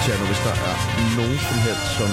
Tjerno, hvis der er nogen som helst, som...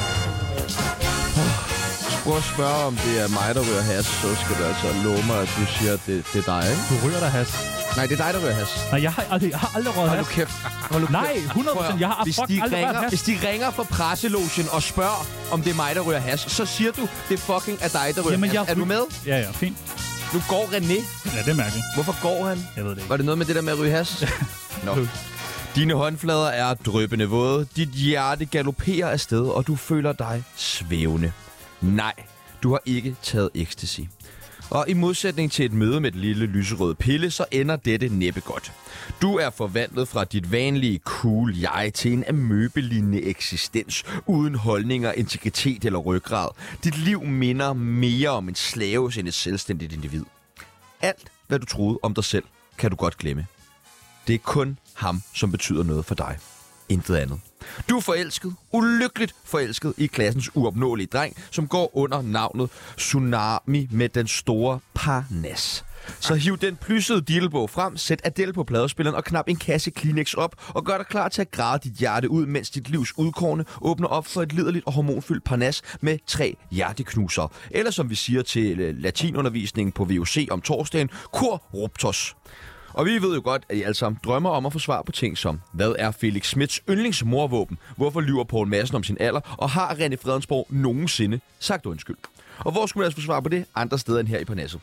Prøv at spørge, om det er mig, der ryger hash, så skal du altså love mig, at du siger, at det er dig, ikke? Du ryger der hash. Nej, det er dig, der ryger hash. Nej, jeg har aldrig røget hash. Hold nu kæft. Nej, 100%. Jeg har aldrig røget hash. Hvis de ringer fra presselogen og spørger, om det er mig, der ryger hash, så siger du, det fucking er dig, der ryger hash. Er du med? Ja, fint. Nu går René. Ja, det er mærkeligt. Hvorfor går han? Jeg ved det ikke. Var det noget med det der med at ryge hash? Nå. Dine håndflader er dryppende våde. Dit hjerte galopperer afsted, og du føler dig svævende. Nej, du har ikke taget ecstasy. Og i modsætning til et møde med et lille lyserøde pille, så ender dette næppe godt. Du er forvandlet fra dit vanlige cool jeg til en amøbelignende eksistens, uden holdninger, integritet eller ryggrad. Dit liv minder mere om en slave end et selvstændigt individ. Alt, hvad du troede om dig selv, kan du godt glemme. Det er kun ham, som betyder noget for dig. Intet andet. Du er forelsket, ulykkeligt forelsket i klassens uopnåelige dreng, som går under navnet Tsunami med den store Parnas. Så hiv den plyssede dilbog frem, sæt Adele på pladespilleren og knap en kasse Kleenex op og gør dig klar til at græde dit hjerte ud, mens dit livs udkårne åbner op for et liderligt og hormonfyldt Parnas med 3 hjerteknuser. Eller som vi siger til latinundervisningen på VUC om torsdagen, Cor Ruptos. Og vi ved jo godt, at I alle sammen drømmer om at få svar på ting som, hvad er Felix Smiths yndlingsmorvåben? Hvorfor lyver Poul Madsen om sin alder? Og har René Fredensborg nogensinde sagt undskyld? Og hvor skulle man altså få svar på det? Andre steder end her i Parnasset.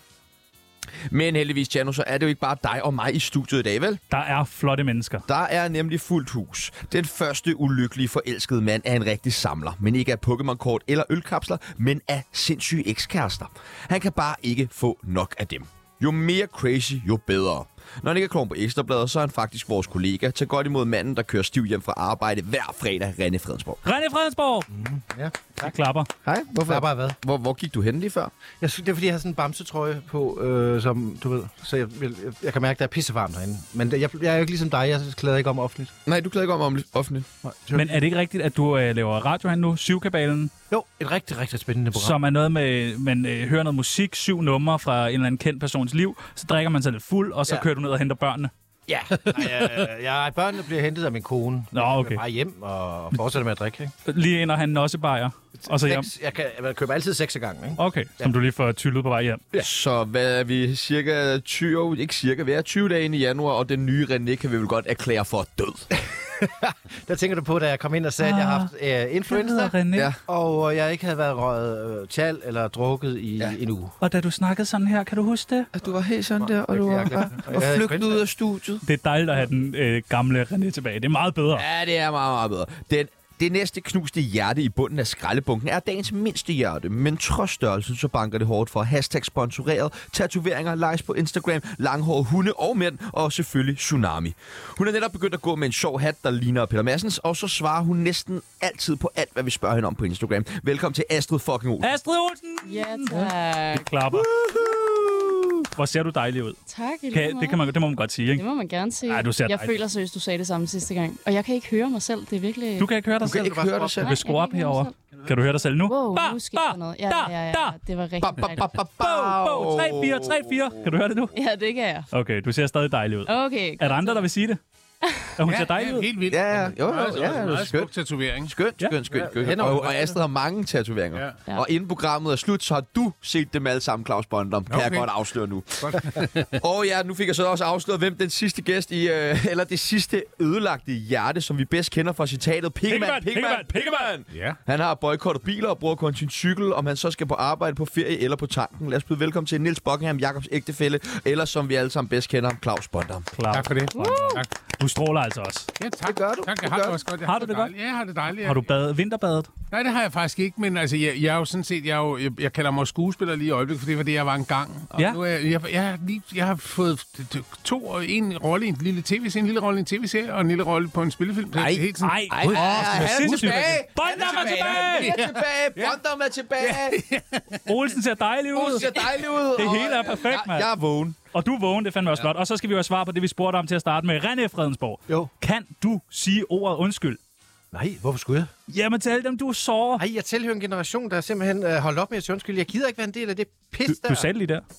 Men heldigvis, Tjerno, så er det jo ikke bare dig og mig i studiet i dag, vel? Der er flotte mennesker. Der er nemlig fuldt hus. Den første ulykkelige forelskede mand er en rigtig samler. Men ikke af Pokémon-kort eller ølkapsler, men af sindssyge ekskærester. Han kan bare ikke få nok af dem. Jo mere crazy, jo bedre. Når han ikke er klovn på Ekstrabladet, så er han faktisk vores kollega. Tag godt imod manden, der kører stiv hjem fra arbejde hver fredag, René Fredensborg. René Fredensborg! Ja, tak. Klapper. Hej, hvorfor? Klapper hvad? Hvor gik du hen lige før? Det er fordi, jeg har sådan en bamsetrøje på, som du ved. Så jeg kan mærke, at der er pissevarmt herinde. Men jeg er jo ikke ligesom dig, jeg klæder ikke om offentligt. Nej, du klæder ikke om offentligt. Nej, men er det ikke rigtigt, at du laver radio herinde nu? 7-kabalen? Jo, et rigtig, rigtig spændende program. Som er noget med, man hører noget musik, 7 numre fra en eller anden kendt persons liv, så drikker man sig lidt fuld, og så kører du ned og henter børnene. Ja, børnene bliver hentet af min kone. Nå, okay. Jeg bare hjem og fortsætter med at drikke, ikke? Lige ind og han også bajer. Og så hjem. Jeg køber altid 6 ad gangen, ikke? Okay, som du lige får tyllet på vej hjem. Ja. Så hvad er vi cirka 20 dage i januar, og den nye René kan vi vel godt erklære for død. Der tænker du på, da jeg kom ind og sagde, at jeg har haft influenza, og jeg ikke havde været røget tjal eller drukket i en uge. Og da du snakkede sådan her, kan du huske det? At du var helt sådan der, og du var flygtet ud af studiet. Det er dejligt at have den gamle René tilbage. Det er meget bedre. Ja, det er meget, meget bedre. Det næste knuste hjerte i bunden af skraldebunken er dagens mindste hjerte, men trods størrelsen så banker det hårdt for #sponsoreret, tatoveringer, likes på Instagram, langhårede hunde og mænd, og selvfølgelig Tsunami. Hun er netop begyndt at gå med en sjov hat, der ligner Peter Madsens, og så svarer hun næsten altid på alt, hvad vi spørger hende om på Instagram. Velkommen til Astrid fucking Olsen. Astrid Olsen! Ja, tak. Det klapper. Hvor ser du dejlig ud. Tak. Det må man godt sige, ikke? Det må man gerne sige. Ej, du ser jeg føler seriøst, du sagde det samme sidste gang. Og jeg kan ikke høre mig selv. Det er virkelig... Du kan ikke høre dig selv. Du kan ikke høre dig selv. Du kan skrue op herover. Kan du høre dig selv nu? Wow, nu sker der noget. Ja, det var rigtig dejligt. 3-4. Kan du høre det nu? Ja, det kan jeg. Okay, du ser stadig dejlig ud. Okay. Er der andre, der vil sige det? Og hun ser dejlig ud. Helt vildt. Ja, Meget skønt tatovering. Skønt. Og Astrid har mange tatoveringer. Ja. Og inden programmet er slut, så har du set dem alle sammen, Claus Bondum. Kan jeg godt afsløre nu. Og ja, nu fik jeg så også afsløret, hvem den sidste gæst i, eller det sidste ødelagte hjerte, som vi bedst kender fra citatet. Pinkman. Ja. Han har boykottet biler og bruger kun sin cykel, om han så skal på arbejde, på ferie eller på tanken. Lad os byde velkommen til Niels Buckingham, Jakobs ægtefælle, eller som vi alle sammen bedst kender ham, Claus Bondum. Tak for det. Tak. Du stråler altså også. Ja, tak. Det gør du. Tak, jeg har det også godt. Har du det godt? Ja, jeg har det dejligt. Har du vinterbadet? Nej, det har jeg faktisk ikke, men altså, jeg er jo sådan set, jeg kalder mig skuespiller lige i øjeblikket, for det var det, jeg var engang. Og nu er jeg har fået en rolle i en lille tv-serie, en lille rolle i en tv-serie, og en lille rolle på en spillefilm. Nej. Han er tilbage! Bondum er tilbage! Bondum er tilbage! Olsen ser dejlig ud. Det hele er perfekt, mand. Jeg er vågen. Og du er vågen, det fandme også flot. Og så skal vi jo svare på det, vi spurgte om til at starte med. René Fredensborg. Jo. Kan du sige ordet undskyld? Nej, hvorfor skulle jeg? Jamen, tæl dem, du er såret. Nej, jeg tilhører en generation, der simpelthen holdt op med at sige undskyld. Jeg gider ikke være en del af det pis der. Du sagde det lige der.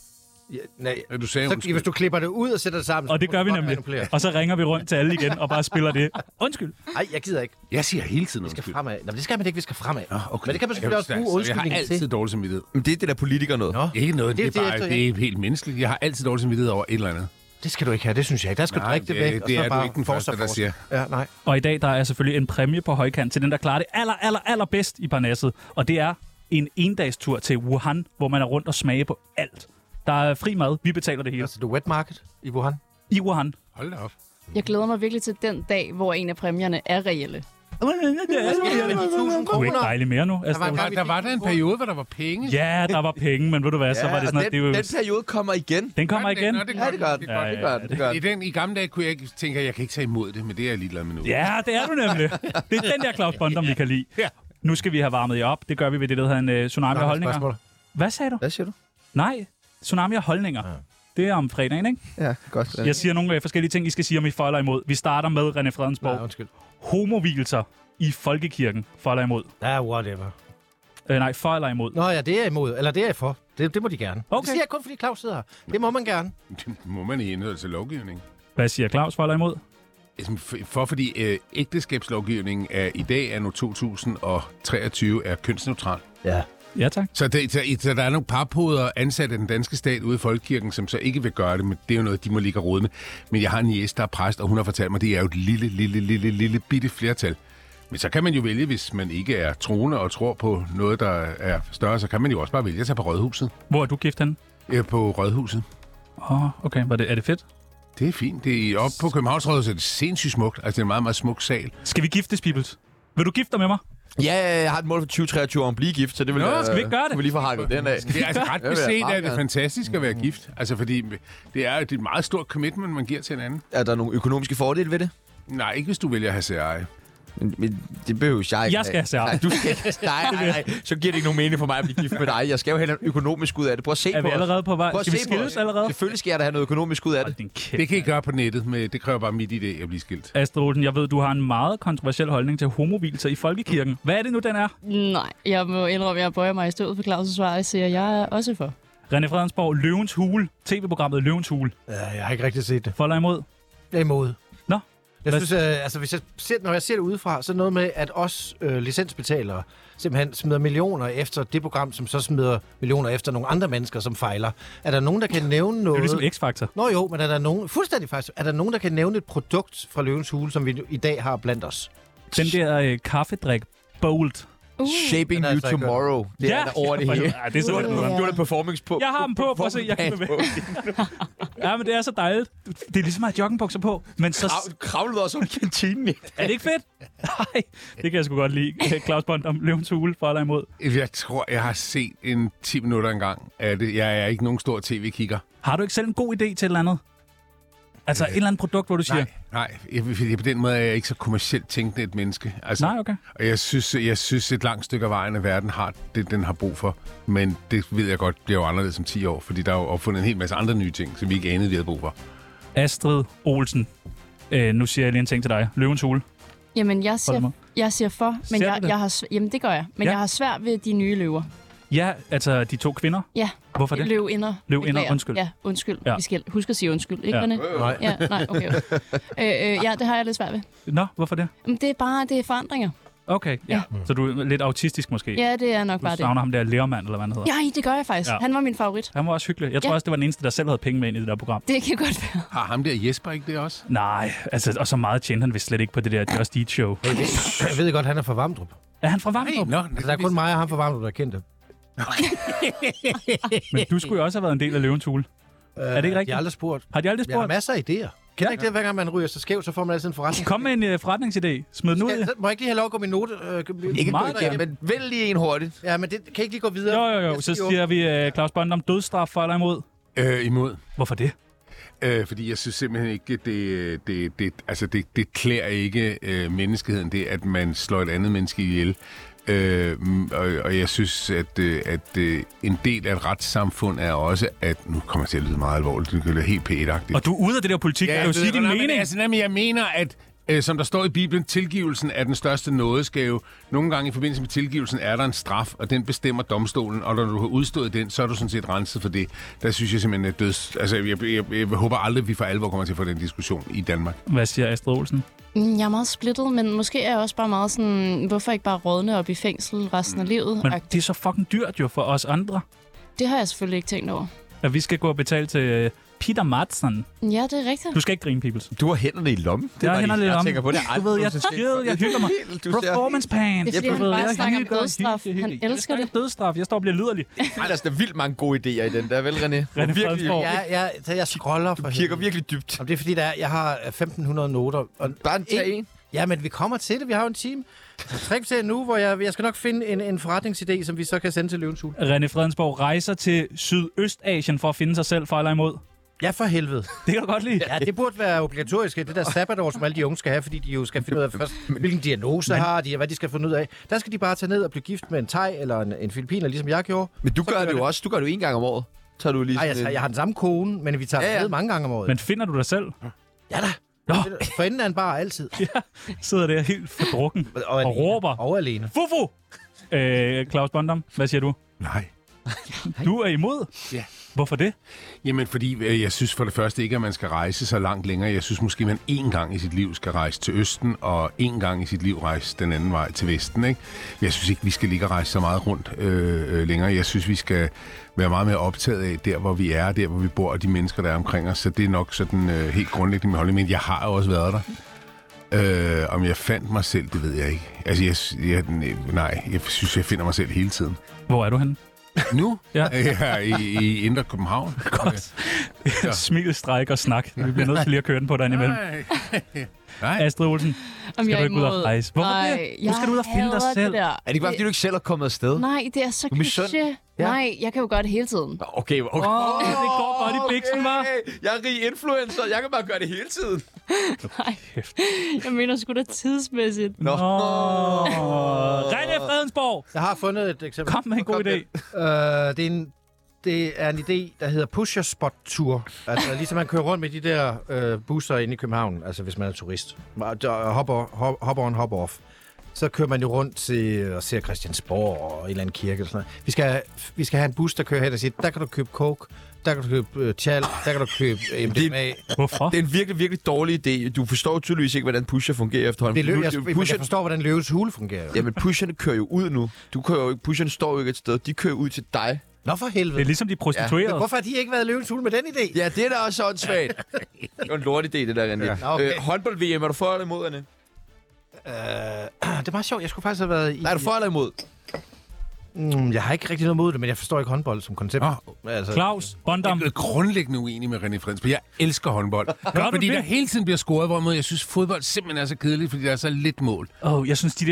Ja, nej. Du sagde så, hvis du klipper det ud og sætter det sammen... Og det gør vi nemlig. Og så ringer vi rundt til alle igen og bare spiller det. Undskyld. Nej, jeg gider ikke. Jeg siger hele tiden Vi skal fremad. Nej, det skal man ikke, vi skal fremad. Okay. Men det kan man selvfølgelig også bruge undskyldning til. Jeg har altid dårlig samvittighed. Men det er det der politiker noget. Nå. Ikke noget, det er helt menneskeligt. Jeg har altid dårlig samvittighed over et eller andet. Det skal du ikke have, det synes jeg ikke. Der skal du drikke det væk. Det er du ikke den første, der siger. Ja, nej. Og i dag der er selvfølgelig en præmie på højkant til den, der klarer det allerbedst i Parnasset. Og det er en endagstur til Wuhan, hvor man er rundt og smage på alt. Der er fri mad. Vi betaler det hele. Altså, det wet market i Wuhan? I Wuhan. Hold da op. Jeg glæder mig virkelig til den dag, hvor en af præmierne er reelle. Men de 1.000 Du er ikke dejlig mere nu. Der var der en periode, hvor der var penge. Ja, der var penge, men ved du hvad, så var det sådan, den periode kommer igen. Den kommer igen? Ja, det gør den. I gamle dage kunne jeg ikke tænke, at jeg kan ikke tage imod det, men det er jeg ligeglad med nu. Ja, det er du nemlig. Det er den der Claus Bondum, vi kan lide. Ja. Nu skal vi have varmet jer op. Det gør vi ved det, der hedder en tsunami af holdninger. Hvad sagde du? Hvad siger du? Nej, tsunami af holdninger. Ja. Det er om fredagen, ikke? Ja, godt. Jeg siger nogle forskellige ting, I skal sige, om I for eller imod. Vi starter med René Fredensborg. Nej, undskyld. Homovielser i folkekirken. For eller imod? Ja, whatever. Nej, for eller imod? Nå ja, det er imod. Eller det er for. Det må de gerne. Okay. Det siger jeg kun, fordi Claus sidder her. Det må man gerne. Det må man i henhold til lovgivning. Hvad siger Claus, for eller imod? Fordi ægteskabslovgivningen i dag er nu 2023 er kønsneutral. Ja. Ja, tak. Så der er nogle parpoder ansat af den danske stat ude i folkekirken, som så ikke vil gøre det, men det er jo noget, de må ligge og rode med. Men jeg har en niece, der er præst, og hun har fortalt mig, at det er jo et lille bitte flertal. Men så kan man jo vælge, hvis man ikke er troende og tror på noget, der er større, så kan man jo også bare vælge at tage på Rådhuset. Hvor er du gift henne? På Rådhuset. Okay. Er det fedt? Det er fint. Det er oppe på Københavns Rådhuset, er det sindssygt smukt. Altså, det er en meget, meget smuk sal. Skal vi giftes, Pibels? Vil du gifte dig med mig? Ja, jeg har et mål for 2023 om at blive gift, så det vil skal vi ikke gøre det? Kan vi lige få hakket den af. Det er altså ret beset, at det er fantastisk at være gift. Altså, fordi det er et meget stort commitment, man giver til hinanden. Er der nogle økonomiske fordele ved det? Nej, ikke hvis du vælger at have særeje. Men det behøver jeg ikke. Jeg skal have særeje. Nej, du skal ikke. Nej. Så giver det ikke nogen mening for mig at blive gift med dig. Jeg skal jo have noget økonomisk ud af det. Prøv at se på os. Er vi allerede på vej? Skal vi skilles allerede? Selvfølgelig skal jeg da have noget økonomisk ud af det. Det kan I gøre på nettet, men det kræver bare mit idé at blive skilt. Astrid Olsen, jeg ved, du har en meget kontroversiel holdning til homovilser i folkekirken. Hvad er det nu, den er? Nej, jeg må indrømme, at jeg bøjer mig i stødet for Claus' svar. Jeg siger, jeg er også for. René Fredensborg, Løvens Hule. TV-programmet Løvens Hule. Ja, jeg har ikke rigtig set det. For eller imod? Jeg er imod. Nå. Jeg synes, når jeg ser det udefra, så er noget med, at os licensbetalere simpelthen smider millioner efter det program, som så smider millioner efter nogle andre mennesker, som fejler. Er der nogen, der kan nævne noget? Det er ligesom X-Factor. Nå jo, men er der nogen... Fuldstændig faktisk. Er der nogen, der kan nævne et produkt fra Løvens Hule, som vi i dag har blandt os? Den der kaffedrik Bold. Shaping You Tomorrow. Det er der over det hele. Ja, det er sådan, du har det performance på. Jeg har dem på, prøv at se, jeg kan bevæge. Ja, men det er så dejligt. Det er ligesom at have joggingbukser på. Men så... Kravlede også under kantinen. Er det ikke fedt? Nej, det kan jeg sgu godt lide. Claus Bondum, Løvens Hule, for eller imod. Jeg tror, jeg har set en 10 minutter engang af det. Jeg er ikke nogen stor tv-kigger. Har du ikke selv en god idé til et eller andet? Altså et eller andet produkt, hvor du siger... Nej, på den måde er jeg ikke så kommercielt tænkende et menneske. Altså, nej, okay. Og jeg synes et langt stykke af vejen af verden har det, den har brug for. Men det ved jeg godt bliver jo anderledes om 10 år, fordi der er jo opfundet en hel masse andre nye ting, som vi ikke anede, vi havde brug for. Astrid Olsen, nu siger jeg lige en ting til dig. Løvens Hule. Jamen, jeg siger for, men jamen det gør jeg. Men jeg har svært ved de nye løver. Ja, altså de 2 kvinder? Ja. Hvorfor det? Løvinder, undskyld. Ja, undskyld. Ja. Vi skal huske at sige undskyld, ikke, René? Nej. Ja, nej, okay. Ja, det har jeg lidt svært ved. Nå, hvorfor det? Det er forandringer. Okay, ja. Så du er lidt autistisk måske? Ja, det er nok bare det. Du savner ham der Lermand, eller hvad han hedder? Ja, det gør jeg faktisk. Ja. Han var min favorit. Han var også hyggelig. Jeg tror også, det var den eneste, der selv havde penge med ind i det der program. Det kan godt være. Har ham der Jesper ikke det også? Nej, altså, og så meget tjente han vist slet ikke på det der Just Eat Show. Jeg ved godt, han er fra Vamdrup. Er han fra Vamdrup? Altså, der er kun mig og ham fra Vamdrup, der er kendt det. Men du skulle jo også have været en del af Løvens Hule. Er det ikke rigtigt? Jeg har aldrig spurgt. Har de aldrig spurgt? Jeg har masser af idéer. Kender ikke det, hver gang man ryger så skævt, så får man altid en forretning? Kom med en forretningsidé. Smid den ud. Må jeg ikke lige have lov at gå min note? Ikke meget gerne, men vælg lige en hurtigt. Ja, men det kan ikke lige gå videre. Jo. Så siger vi Claus Bondum dødsstraf for eller imod? Imod. Hvorfor det? Fordi jeg synes simpelthen ikke, det klæder ikke menneskeheden, det at man slår et andet menneske ihjel. Og jeg synes, at en del af et retssamfund er også, at nu kommer jeg til at lyde meget alvorligt, det kan lyde helt P1-agtigt. Og du er ude af det der politik, kan jo sige din mening. Jeg mener, Som der står i Bibelen, tilgivelsen er den største nådesgave. Nogle gange i forbindelse med tilgivelsen er der en straf, og den bestemmer domstolen, og når du har udstået den, så er du sådan set renset for det. Der synes jeg simpelthen, at Altså, jeg håber aldrig, at vi for alvor kommer til at få den diskussion i Danmark. Hvad siger Astrid Olsen? Jeg er meget splittet, men måske er jeg også bare meget sådan, hvorfor ikke bare rådne op i fængsel resten af livet? Men det er så fucking dyrt jo for os andre. Det har jeg selvfølgelig ikke tænkt over. At vi skal gå og betale til Peter Madsen. Ja, det er rigtigt. Du skal ikke grine, Peoples. Du har hænderne i lommen. Jeg har hænderne i lommen. Jeg tænker på det. Du ved, jeg hygger mig. Performance pants. Det er fordi, han bare snakker om dødsstraf. Han elsker det. Dødsstraf. Jeg står og bliver liderlig. Nej, der er sådan vildt mange gode idéer i den der, vel, René? Jeg scroller for Du kirker virkelig dybt. det er fordi, jeg har 1.500 noter. Og Bare tag en. Ja, men vi kommer til det. Vi har jo en time. 3 til nu, hvor jeg skal nok finde en forretningsidé, som vi så kan sende til Løvens Hule. René Fredensborg rejser til Sydøstasien for at finde sig selv, for eller imod. Ja, for helvede. Det kan du godt lide. Ja, det burde være obligatorisk. Det der sabbatår, som alle de unge skal have, fordi de jo skal finde ud af først, hvilken diagnose har de, og hvad de skal finde ud af. Der skal de bare tage ned og blive gift med en thai eller en filipiner, ligesom jeg gjorde. Men du gør det jo også. Du gør det jo en gang om året. Tager du lige Nej, jeg har den samme kone, men vi tager ned mange gange om året. Men finder du dig selv? Ja da. For enden er han bare altid. Ja, sidder der helt fordrukken og råber. Og alene. Fufu! Claus Bondam, hvad siger du? Nej. Du er imod? Ja. Hvorfor det? Jamen, fordi jeg synes for det første ikke, at man skal rejse så langt længere. Jeg synes måske, man én gang i sit liv skal rejse til Østen, og én gang i sit liv rejse den anden vej til Vesten, ikke? Jeg synes ikke, vi skal ligge og rejse så meget rundt længere. Jeg synes, vi skal være meget mere optaget af der, hvor vi er, der, hvor vi bor, og de mennesker, der er omkring os. Så det er nok sådan helt grundlæggende med holdning. Men jeg har jo også været der. Om jeg fandt mig selv, det ved jeg ikke. Altså, jeg synes, jeg finder mig selv hele tiden. Hvor er du henne? Nu? Ja. I Indre København. Godt. Smil, stræk og snak. Vi bliver nødt til lige at køre den på dig imellem. Nej. Astrid Olsen, skal du ikke ud og rejse? Hvorfor det? Nu skal du ud og finde dig selv. Er det ikke bare, fordi du ikke selv er kommet afsted? Nej, det er så kliché. Ja. Nej, jeg kan jo gøre det hele tiden. Okay. Det går godt i biksen, hva'? Jeg er rig influencer. Jeg kan bare gøre det hele tiden. Nej, jeg mener sgu da tidsmæssigt. Nå. René Fredensborg! Jeg har fundet et eksempel. Kom med en god idé. Det er en idé, der hedder Pusher Spot Tour. Altså ligesom man kører rundt med de der busser inde i København, altså hvis man er turist. Hop on, hop off. Så kører man jo rundt til og ser Christiansborg og en eller anden kirke. Eller sådan noget. Vi skal have en bus, der kører hen og siger, der kan du købe coke, der kan du købe tjal, der kan du købe MDMA. Hvorfor? Det er en virkelig, virkelig dårlig idé. Du forstår tydeligvis ikke, hvordan pusher fungerer efterhånden. Jeg forstår, hvordan Løvens Hule fungerer. Jamen, pusherne kører jo ud nu. Pusherne står jo ikke et sted. De kører ud til dig. Nå for helvede. Det er ligesom de prostituerede. Ja. Hvorfor har de ikke været Løvens Hule med den idé? Ja, det er da også åndssvagt. Det var en lort idé, det der, René. Ja. Okay. Håndbold-VM, er du for eller imod, René? Det er meget sjovt. Jeg skulle faktisk have været i... Nej, er du for eller imod? Jeg har ikke rigtig noget mod det, men jeg forstår ikke håndbold som koncept. Altså, Claus Bondam. Jeg er grundlæggende uenig med René Fredensborg. Jeg elsker håndbold. Fordi der hele tiden bliver scoret, hvorimod jeg synes, fodbold simpelthen er så kedeligt, fordi der er så lidt mål. Jeg synes, de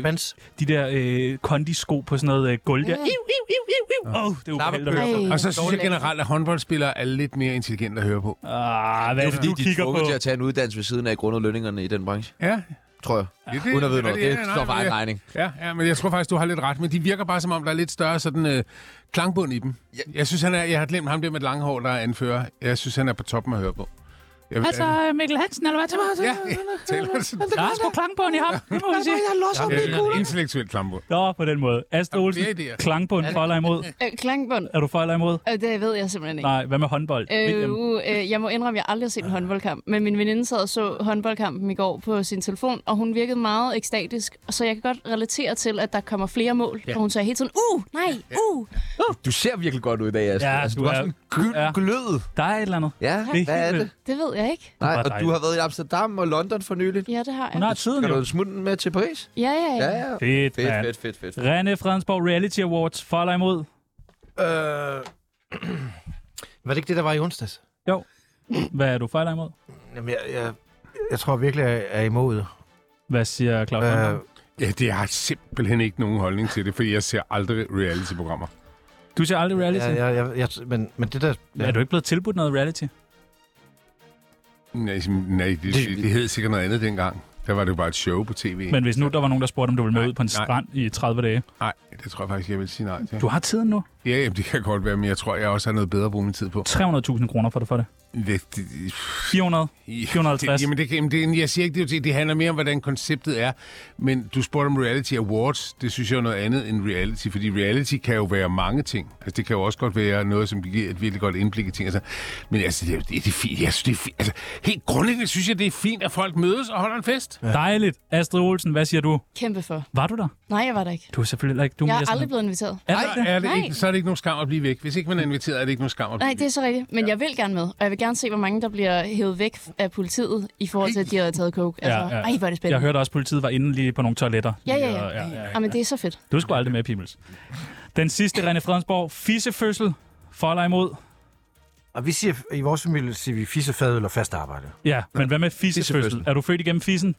der kondisko på sådan noget gulv der. Det er ubehageligt. Og så synes jeg generelt, at håndboldspillere er lidt mere intelligente at høre på. Hvad er det, du kigger på? De er til at tage en uddannelse ved siden af grundet lønningerne i den branche. Ja. Tror jeg. Uden at vide noget. Det står for egen regning. Ja, men jeg tror faktisk, du har lidt ret. Men de virker bare, som om der er lidt større sådan, klangbund i dem. Jeg synes, jeg har glemt ham der med et langt hår, der er anfører. Jeg synes, han er på toppen at høre på. Mikkel Hansen, eller hvad? Ja, taler sådan. Der er sgu klangbund i ham. Det må vi sige. Jeg har lost intellektuelt klangbund. Nå, på den måde. Astrid Olsen, klangbund for eller imod? Klangbund? Er du for eller imod? Det ved jeg simpelthen ikke. Nej, hvad med håndbold? Jeg må indrømme, at jeg aldrig har set en håndboldkamp. Men min veninde sad og så håndboldkampen i går på sin telefon, og hun virkede meget ekstatisk. Så jeg kan godt relatere til, at der kommer flere mål. Og hun sagde hele tiden, Du ser virkelig godt ud i dag, Astrid. Ja, altså, du er sådan glød. Der er et eller andet. Ja, hvad er det? Det ved jeg ikke. Nej, og du har været i Amsterdam og London for nyligt. Ja, det har jeg. Hun har tiden, jo. Kan du smutte med til Paris? Ja. Fedt. René Fredensborg Reality Awards. For eller imod? Var det ikke det, der var i onsdags? Jo. Hvad er du for eller imod? Jamen, jeg tror virkelig, jeg er imod. Hvad siger Claus? Ja, det har simpelthen ikke nogen holdning til det, fordi jeg ser aldrig reality-programmer. Du ser aldrig reality? Ja, men det der... Ja. Er du ikke blevet tilbudt noget reality? Nej, det hed sikkert noget andet dengang. Der var det jo bare et show på tv. Men hvis nu der var nogen, der spurgte, om du ville med ud på en strand i 30 dage? Nej, det tror jeg faktisk, jeg vil sige nej til. Du har tiden nu? Ja, jamen, det kan godt være, men jeg tror, jeg også har noget bedre at bruge min tid på. 300.000 kroner får du for det. 400? 450? Jamen, jeg siger ikke, det handler mere om, hvordan konceptet er. Men du spurgte om Reality Awards. Det synes jeg er noget andet end reality, fordi reality kan jo være mange ting. Altså, det kan jo også godt være noget, som giver et virkelig godt indblik i ting. Altså, men altså, det er fint. Jeg synes, det er fint. Altså, helt grundlæggende synes jeg, det er fint, at folk mødes og holder en fest. Ja. Dejligt. Astrid Olsen, hvad siger du? Kæmpe for. Var du der? Nej, jeg var der ikke. Du er selvfølgelig ikke. Jeg er aldrig blevet inviteret. Så er det ikke nogen skam at blive væk. Hvis ikke man er inviteret, er det ikke nogen skam at blive Nej, det er så rigtigt. Men jeg vil gerne med, og jeg vil gerne se, hvor mange der bliver hævet væk af politiet i forhold til, at de har taget coke. Altså, Ej, hvor er det spændende. Jeg hørte også, at politiet var inde lige på nogle toiletter. Ja. Men det er så fedt. Du er sgu aldrig med, Pibels. Den sidste, René Fredensborg. Fissefødsel. For eller imod? Og vi siger, i vores familie siger vi fissefad eller fast arbejde. Ja, men hvad med fissefødsel? Er du født igennem fissen?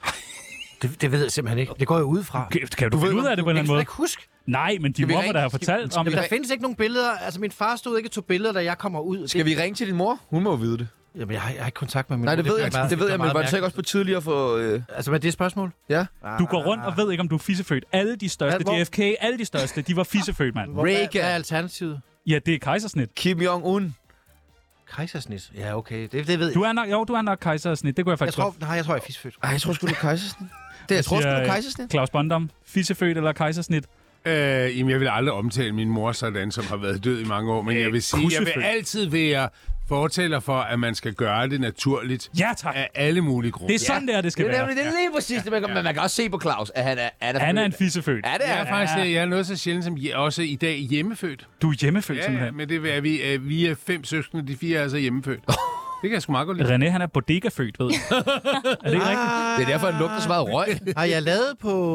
Det ved jeg simpelthen ikke. Det går jo ud fra. Kan du finde ud af det på en eller anden måde? Jeg kan ikke huske. Nej, men de mor, der har fortalt om... Der findes ikke nogen billeder. Altså, min far stod ikke og tog billeder, da jeg kommer ud. Skal vi ringe til din mor? Hun må jo vide det. Jamen, jeg har ikke kontakt med min mor. Nej, det ved jeg, men var det så ikke også på tidligere for... Altså, hvad er det spørgsmål? Ja. Du går rundt og ved ikke, om du er fissefødt. Alle de største, JFK, alle de største, de var fissefødt, mand. Hvad er alternativet? Ja, det er kejsersnit. Kim Jong-un. Kejsersnit? Ja, okay. Det ved jeg. Du er nok kejsersnit. Det kunne jeg faktisk jeg tror, jeg er fissefødt. Ej, jeg tror sgu, du er kejsersnit. Jeg tror sgu, du er kejsersnit. Claus Bondam, fissefødt eller kejsersnit? Jamen, jeg vil aldrig omtale min mor sådan, som har været død i mange år, men jeg vil sige, jeg vil altid være fortæller for, at man skal gøre det naturligt. Ja, tak. Af alle mulige grunde. Det er sådan, det skal være. Det er lige præcis det, men man kan også se på Claus, at han er en fissefødt. Ja, det er faktisk. Jeg er noget så sjældent som også i dag hjemmefødt. Du er hjemmefødt, simpelthen. Ja, men det er vi er 5 søskende, de 4 er altså hjemmefødt. Det kan jeg sgu meget godt lide. René, han er bodega-født, ved jeg. Er det ikke rigtigt? Det er derfor, han lugter så meget røg. Har jeg lavet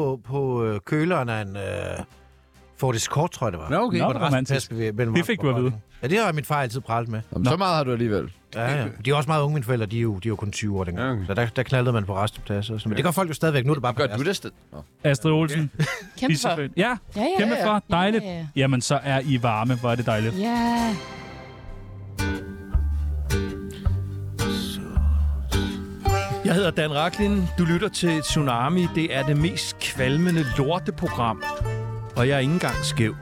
på køleren af en Ford Escort, tror jeg, det var. Nå, okay. Det fik du at vide. Ja, det har min far altid pralet med. Så meget har du alligevel. Ja. De er også meget unge, mine forældre. De er jo kun 20 år dengang. Okay. Så der knaldede man på restepladser. Men det gør folk jo stadigvæk. Nu er det bare... Gør du det sted? Astrid Olsen. Kæmpe for. Ja, kæmpe for. Dejligt. Jamen, så er I varme. Hvor er det dejligt. Ja. Jeg hedder Dan Rachlin. Du lytter til Tsunami. Det er det mest kvalmende lorteprogram. Og jeg er ikke engang skæv.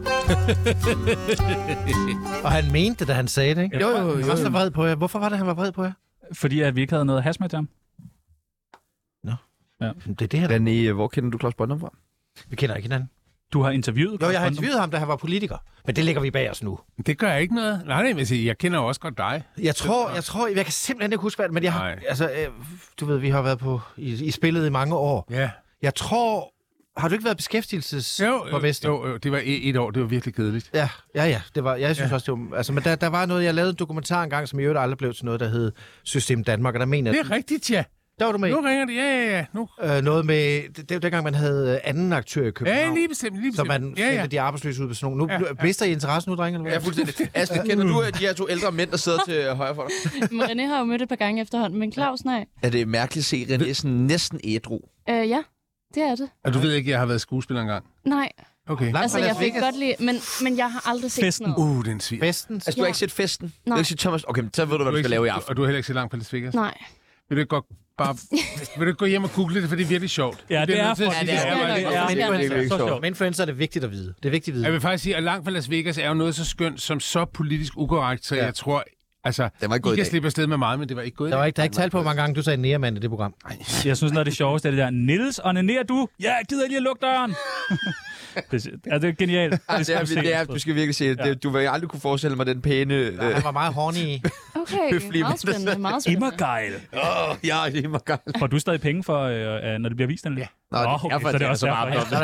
Og han mente det, da han sagde det, ikke? Jo. Han var så vred på jer. Hvorfor var det, han var vred på jer? Fordi at vi ikke havde noget hash med til ham. Nå. Ja. Det er det her. René, hvor kender du Claus Bondam fra? Vi kender ikke hinanden. Du har interviewet? Jo, jeg har interviewet ham, da han var politiker. Men det lægger vi bag os nu. Det gør ikke noget. Nej, jeg kender jo også godt dig. Jeg kan simpelthen ikke huske, men jeg har... Altså, du ved, vi har været i spillet i mange år. Ja. Jeg tror... Har du ikke været beskæftigelsesborgmester? Jo, det var et år. Det var virkelig kedeligt. Ja. Det var, jeg synes også, det var... Altså, men der var noget... Jeg lavede en dokumentar engang, som i øvrigt aldrig blev til noget, der hed System Danmark, og der mener... Det er rigtigt, ja. Der var du med. Nu ringer det, ja. Nu. Noget med... Det var dengang, man havde anden aktør i København. Ja, lige bestemt. Så man sendte de arbejdsløse ud på sådan nogle... Nu mister I interesse nu, drenge? Ja, fuldstændig. Astrid, kender du de her 2 ældre mænd, der sidder til højre for dig? Men René har jo mødt et par gange efterhånden, men Claus, nej. Er det mærkeligt at se René sådan næsten ædru? Ja, det er det. Og du ved ikke, at jeg har været skuespiller engang? Nej. Okay. Altså, jeg fik godt lide... Men jeg har aldrig set sådan noget. Den svig. Festen? Altså, du har ikke set Festen? Nej. Du har ikke set Thomas? Okay, så ved du, hvad du skal lave i aften. Og du har heller ikke set langt på Las Vegas? Nej. Vil du ikke godt bare... Vil du gå hjem og google det, for det er virkelig sjovt. Ja, det er så sjovt. Men influencer er det vigtigt at vide. Det er vigtigt at vide. Jeg vil faktisk sige, at langt fra Las Vegas er jo noget så skønt, som så politisk ukorrekt, så jeg tror... Altså, I kan slippe afsted med meget, men det var ikke gået. Der er ikke talt på, hvor mange gange du sagde nærmand i det program. Jeg synes, noget af det sjoveste er det der. Niels, onanerer du? Ja, jeg gider lige at lukke døren. Det er genialt. Det er, du skal virkelig se det. Du vil aldrig kunne forestille mig den pæne... Han var meget horny. Okay, meget spændende. Immergeil. Ja, Immergeil. Får du stadig penge for, når det bliver vist, eller? Nå, okay, så det er også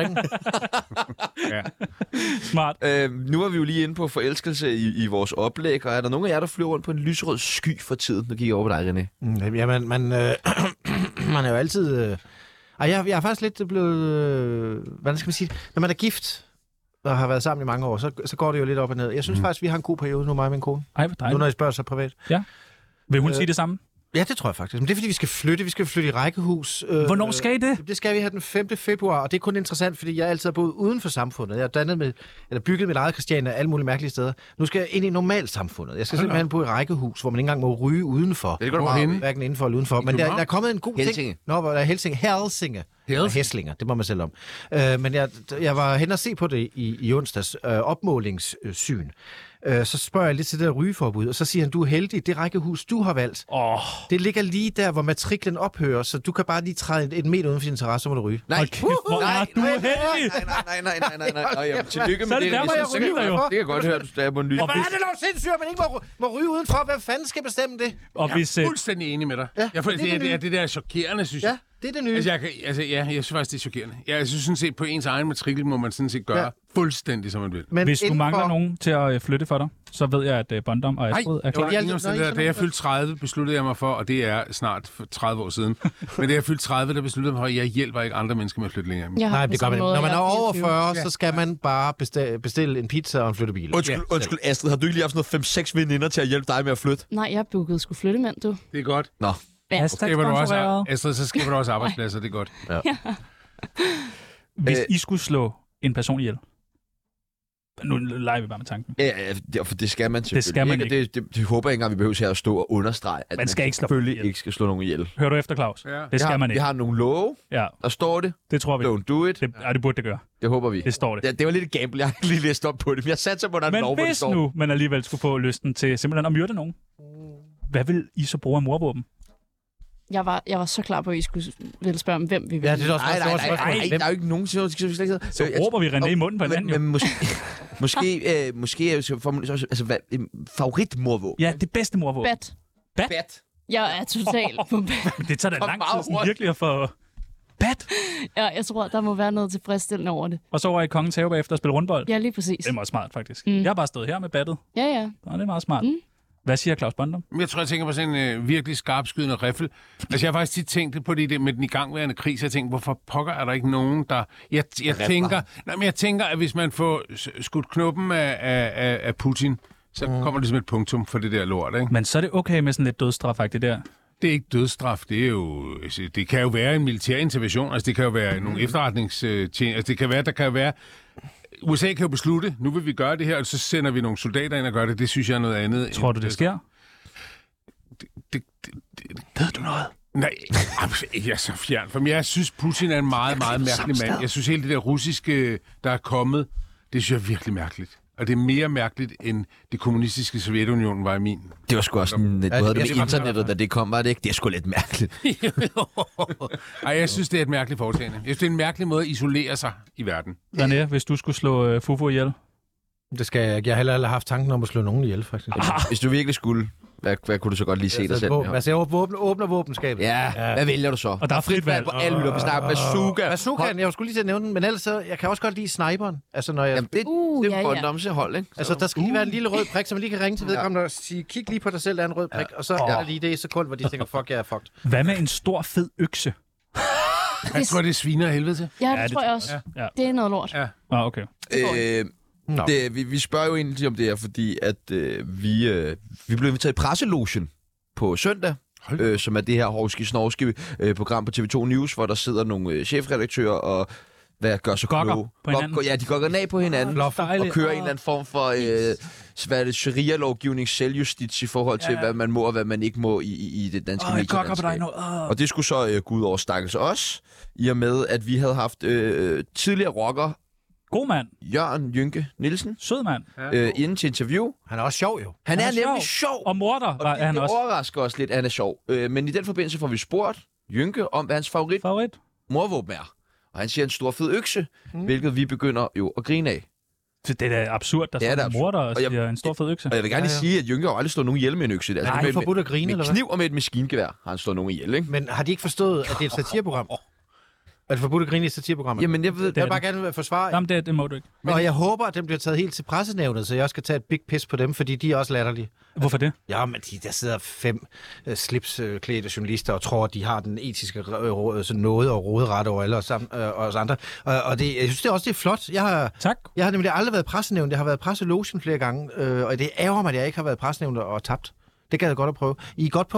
ja. Smart. Nu er vi jo lige inde på forelskelse i vores oplæg, og er der nogen af jer, der flyver rundt på en lyserød sky for tiden, der gik over på dig, René? Jamen, man er jo altid... Jeg er faktisk lidt blevet... hvordan skal man sige? Når man er gift og har været sammen i mange år, så går det jo lidt op og ned. Jeg synes faktisk, vi har en god periode nu, mig og min kone. Ej, hvor dejligt. Nu når I spørger så privat. Ja. Vil hun sige det samme? Ja, det tror jeg faktisk. Men det er, fordi vi skal flytte. Vi skal flytte i rækkehus. Hvornår skal I det? Det skal vi have den 5. februar, og det er kun interessant, fordi jeg altid har boet uden for samfundet. Jeg har bygget mit eget Christiania alle mulige mærkelige steder. Nu skal jeg ind i normalsamfundet. Jeg skal simpelthen bo i rækkehus, hvor man ikke engang må ryge udenfor. Det går meget. Hverken indenfor eller udenfor. Men der er kommet en god ting. Nå, der er Helsinge. Hæslinger, det må man selv om. Men jeg var hen og se på det i onsdags opmålingssyn. Så spørger jeg lidt til det der rygeforbud, og så siger han, du er heldig, det rækkehus, du har valgt. Det ligger lige der, hvor matriklen ophører, så du kan bare lige træde et meter uden for din terrasse, så må du ryge. Nej, nej, du er heldig! Nej. Jamen, tillykke med det. Det kan jeg godt høre, du stager på en lys. Hvad er det dog sindssygt, at man ikke må ryge udenfor? Hvem fanden skal bestemme det? Og jeg er fuldstændig enig med dig. Ja, det der er chokerende, synes jeg. Det er det nye. Jeg synes faktisk, det er chokerende. Jeg synes sådan set, på ens egen matrikel må man sådan set gøre fuldstændig, som man vil. Men hvis du mangler nogen til at flytte for dig, så ved jeg, at Bondom og Astrid er klar. Da jeg fyldte 30, besluttede jeg mig for, og det er snart 30 år siden, men da jeg fyldte 30, der besluttede jeg mig for, at jeg hjælper ikke andre mennesker med at flytte længere. Nej, det gør man ikke. Når man er over 40, så skal man bare bestille en pizza og en flyttebil. Undskyld, Astrid, har du ikke lige haft noget 5-6 veninder til at hjælpe dig med at flytte? Nej, jeg bookede sgu flyttemand, du. Det er godt. Nå. Ja. Så skaber du også arbejdspladser, det er godt. Ja. Hvis I skulle slå en person ihjel. Nu leger vi bare med tanken. Ja, for det skal man selvfølgelig. Det skal man ikke. Det håber jeg ikke engang, vi behøver her at stå og understrege, at man skal ikke selvfølgelig ikke skal slå nogen ihjel. Hører du efter, Claus? Ja. Det skal man ikke. Vi har nogle love, der står det. Det tror vi. Don't do it. Det burde det gøre. Det håber vi. Det står det. Ja, det var lidt et gamble, jeg har ikke lige læst op på det, men jeg satte sig på, der er en lov, hvor det står. Men hvis nu man alligevel skulle få lysten til simpelthen at myrde nogen, hvad vil I så bruge af morvåben? Jeg var så klar på, at I skulle spørge om, hvem vi vil. Ja, det er også nej, der er jo ikke nogen så råber vi René i munden på hinanden, jo. Men måske favoritmorvåben. Ja, det bedste morvåben. Bat. Jeg er totalt på bat. Det tager da lang tid sådan virkelig at få... Bat? Ja, jeg tror, der må være noget tilfredsstillende over det. Og så var I Kongens Have bagefter at spille rundbold? Ja, lige præcis. Det er meget smart, faktisk. Jeg har bare stået her med battet. Ja. Og det er meget smart. Hvad siger Claus Bondum? Jeg tror, jeg tænker på sådan en virkelig skarpskydende riffel. Altså, jeg har faktisk tit tænkt på det med den igangværende krig, så jeg tænker, hvorfor pokker er der ikke nogen, der... Jeg tænker, at hvis man får skudt knuppen af Putin, så kommer det som et punktum for det der lort, ikke? Men så er det okay med sådan lidt dødsstraf-agtigt der? Det er ikke dødsstraf, det er jo... Det kan jo være en militær intervention, altså det kan jo være nogle efterretningstjenester, altså det kan være, der kan være... USA kan jo beslutte, nu vil vi gøre det her, og så sender vi nogle soldater ind og gør det. Det synes jeg er noget andet. Tror du, det sker? Ved du noget? Nej, jeg er så fjern. For jeg synes, Putin er en meget, meget mærkelig mand. Jeg synes, hele det der russiske, der er kommet, det synes jeg er virkelig mærkeligt. Og det er mere mærkeligt, end det kommunistiske Sovjetunionen var i min. Det var sgu også sådan, du havde det med internettet, da det kom, var det ikke? Det er sgu lidt mærkeligt. Ej, jeg synes, det er et mærkeligt foretagende. Jeg synes, det er en mærkelig måde at isolere sig i verden. René, hvis du skulle slå Fufu ihjel? Det skal jeg ikke. Jeg har heller haft tanken om at slå nogen ihjel, faktisk. Hvis du virkelig skulle, hvad kunne du så godt lige se dig selv? Altså, jeg åbner våbenskabet. Ja, hvad vælger du så? Og der er frit valg på alle lytter. Vi snakker bazooka. Bazookaen, jeg skulle lige til at nævne den, men ellers så, jeg kan også godt lide sniperen. Altså, når jeg... Jamen, det er Bondoms hold, ikke? Altså, der skal lige være en lille rød prik, så man lige kan ringe til vedkommende og sige, kig lige på dig selv, der er en rød prik, og så er der lige det sekund, hvor de tænker, fuck, jeg er fucked. Hvad med en stor, fed økse? Jeg tror, det sviner af helvede til. Ja, det tror jeg også. Ja. Det er noget lort. Ja. Okay. Vi spørger jo egentlig om det her, fordi at vi blev inviteret i presselogen på søndag, som er det her Horski-Snorski program på TV2 News, hvor der sidder nogle chefredaktører og gør så kloge. Ja, de gokker af på hinanden og kører en eller anden form for sharia-lovgivning, selvjustits i forhold til, hvad man må og hvad man ikke må i det danske medielandskab. Og det skulle så gå ud over stakkels os, i og med, at vi havde haft tidligere rocker, god mand. Jørgen Jynke Nielsen. Sød mand. Inden til interview. Han er også sjov, jo. Han er nemlig sjov. Og morder var han også. Det overrasker os lidt, at han er sjov. Men i den forbindelse får vi spurgt Jynke om, hvad hans favorit morvåben er. Og han siger en stor fed økse, hvilket vi begynder jo at grine af. Det er da absurd, der er en morder og siger en stor fed økse. Og jeg vil gerne lige sige, at Jynke har aldrig slået nogen ihjel med en økse. Altså, nej, forbudt at grine, eller hvad? Med kniv og med et maskingevær har han slået nogen ihjel, ikke? Men har de ikke forstået, at det er et satireprogram? Er det forbudt at grine i satireprogrammet? Jamen, jeg vil bare gerne forsvare. Jamen, det må du ikke. Og jeg håber, at den bliver taget helt til pressenævnet, så jeg også skal tage et big piss på dem, fordi de er også latterlige. Hvorfor det? Ja, men der sidder 5 slipsklædte journalister og tror, at de har den etiske noget og råderet over alle os andre. Og det, jeg synes det også, det er flot. Tak. Jeg har nemlig aldrig været pressenævnt. Jeg har været presselogen flere gange, og det ærger mig, at jeg ikke har været pressenævnt og tabt. Det gad jeg godt at prøve. I er godt på vej.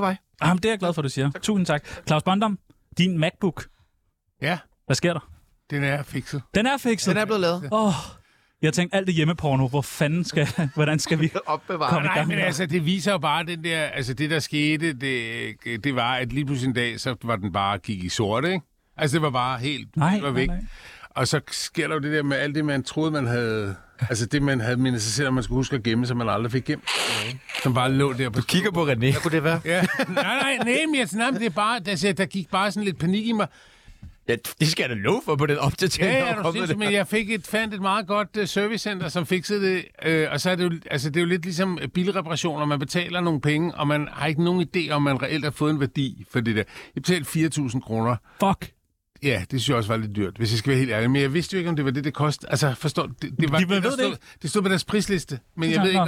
Jamen, det er jeg glad for, du siger. Tusind tak. Claus Bondam, din MacBook. Ja, Hvad sker der? den er fikset. Den er fikset. Den er blevet lavet. Jeg tænkte, alt det hjemmeporno, hvordan skal vi Opbevare. komme i Nej, gang men med? altså, det viser jo bare den der... Altså, det der skete, det var, at lige pludselig en dag, så var den bare gik i sort, ikke? Altså, det var bare helt... det var væk. Nej. Og så sker der jo det der med alt det, man troede, man havde... Altså, det, man havde mindet sig selv, at man skulle huske at gemme, som man aldrig fik gemt. Som bare lå der på... Du kigger på René. Hvad kunne det være? Ja, nej, men det er bare... Der gik bare sådan lidt panik i mig. Ja, det skal jeg da love for på den opdatering. Ja, du sindssygt, men jeg fandt et meget godt servicecenter, som fikset det. Og så er det jo, altså, det er jo lidt ligesom bilreparationer. Man betaler nogle penge, og man har ikke nogen idé, om man reelt har fået en værdi for det der. Jeg betalte 4.000 kroner. Fuck. Ja, det synes jeg også var lidt dyrt, hvis jeg skal være helt ærlig. Men jeg vidste jo ikke, om det var det kostede. Altså, forstår det var, det stod på deres prisliste, men jeg ved ikke,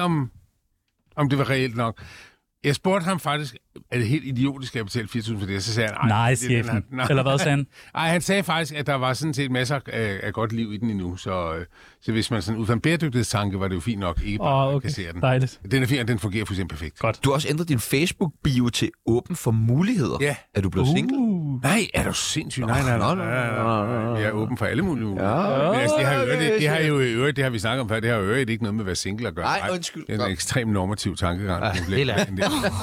om det var reelt nok. Jeg spurgte ham faktisk, er det helt idiotisk, at jeg betalte 4.000 for det? Så sagde han, Nej, chefen. Eller hvad sagde han? Nej, han sagde faktisk, at der var sådan set masser af godt liv i den endnu. Så hvis man sådan ud fra en bæredygtighedstanke, var det jo fint nok ikke bare at kassere den. Dejligt. Den er fin, og den fungerer fuldstændig perfekt. Godt. Du har også ændret din Facebook-bio til åben for muligheder. Ja. Er du blevet single? Nej, er du sindssyg? Nej. Jeg er åben for alle mulige muligheder. Men altså, det har vi snakket om før, det har jo ikke noget med at være single at gøre. Nej, undskyld. Det er en ekstremt normativ tankegang. Helt ærligt.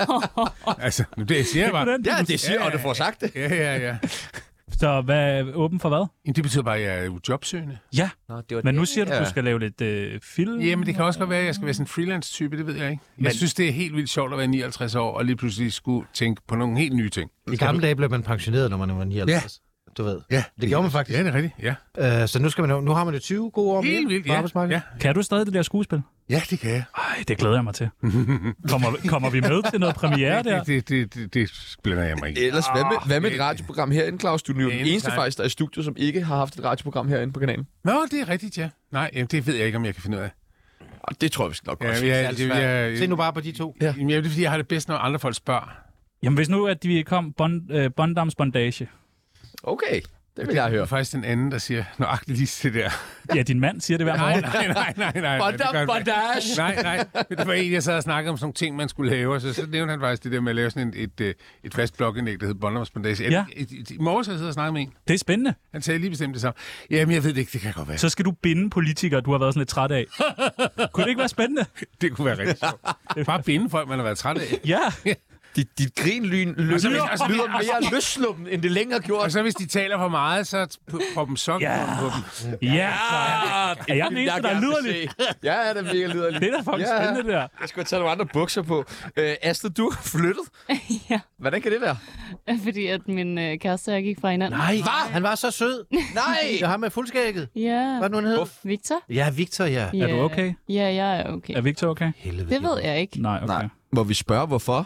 Altså, det siger jeg bare. Ja, det siger, og du får sagt det. Ja. Så hvad er åben for hvad? Jamen, det betyder bare, at jeg er jo jobsøgende. Ja, Nå, det var men nu det. siger du, at du skal lave lidt film. Jamen, det kan også godt være, at jeg skal være sådan en freelance-type, det ved jeg ikke. Jeg synes, det er helt vildt sjovt at være 59 år, og lige pludselig skulle tænke på nogle helt nye ting. I gamle dage blev man pensioneret, når man var 59. Du ved. Ja, Det gjorde man faktisk. Ja, det er rigtigt, ja. Så nu har man jo 20 gode år Helt mere vildt, på arbejdsmarkedet. ja. Kan du stadig det der skuespil? Ja, det kan jeg. Ej, det glæder jeg mig til. Kommer vi med til noget premiere der? Det blander jeg mig ikke. Ellers, hvad med et radioprogram herinde, Claus? Du er jo den eneste faktisk, der er i studiet, som ikke har haft et radioprogram herinde på kanalen. Nå, det er rigtigt, ja. Nej, det ved jeg ikke, om jeg kan finde ud af. Det tror jeg, vi skal nok godt. Se nu bare på de to. Jamen, det er, fordi jeg har det bedst, når andre folk spørger. Jamen, hvis nu, at de kom Bondams bondage. Okay, det vil jeg Det høre. er faktisk den anden, der siger nøjagtigt lige det der. Ja, din mand siger det hver morgen. Nej. Bondam, bondage! Nej. Det var en, jeg sad og snakkede om sådan nogle ting, man skulle lave, og så nævnte han faktisk det der med at lave sådan et fast blogindlæg, der hed Bondams Bondage. Ja. I morges har jeg siddet og snakket med en. Det er spændende. Han sagde lige bestemt det samme. Jamen, jeg ved det ikke, det kan godt være. Så skal du binde politikere, du har været sådan lidt træt af. Kunne det ikke være spændende? Det kunne være rigtig sjovt. Bare binde folk, man har været træt af. Ja. Dit grin lyder mere løsluppen, end det længere gjort. Og så hvis de taler for meget, så på dem sokken på dem. Ja. Er jeg den eneste, der er lyderlig? Ja, det er mega lyderlig. Det er da fucking spændende, det der. Jeg skal tage nogle andre bukser på. Astrid, du er flyttet. Ja, Hvordan kan det være? fordi at min kæreste og jeg gik fra hinanden. Nej, han var så sød. Nej! Det har med fuldskægget. Ja, Hvad nu han hed? Victor? Ja, Victor, ja. Er du okay? Ja, jeg er okay. Er Victor okay? Helvede. Det ved jeg ikke. Nej, okay. Nej. Må vi spørge, hvorfor?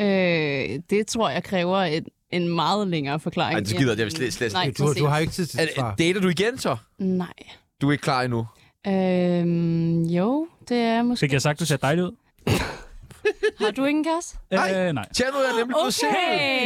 Det tror jeg kræver en meget længere forklaring. Nej, det skider jeg slet. Nej, Du har ikke tid til at svare. Dater du igen så? Nej. Du er ikke klar endnu. Jo, det er måske. Fik jeg sagt, du ser dejlig ud? Har du ikke en kæreste? Nej. Tjerno er nemlig blevet single.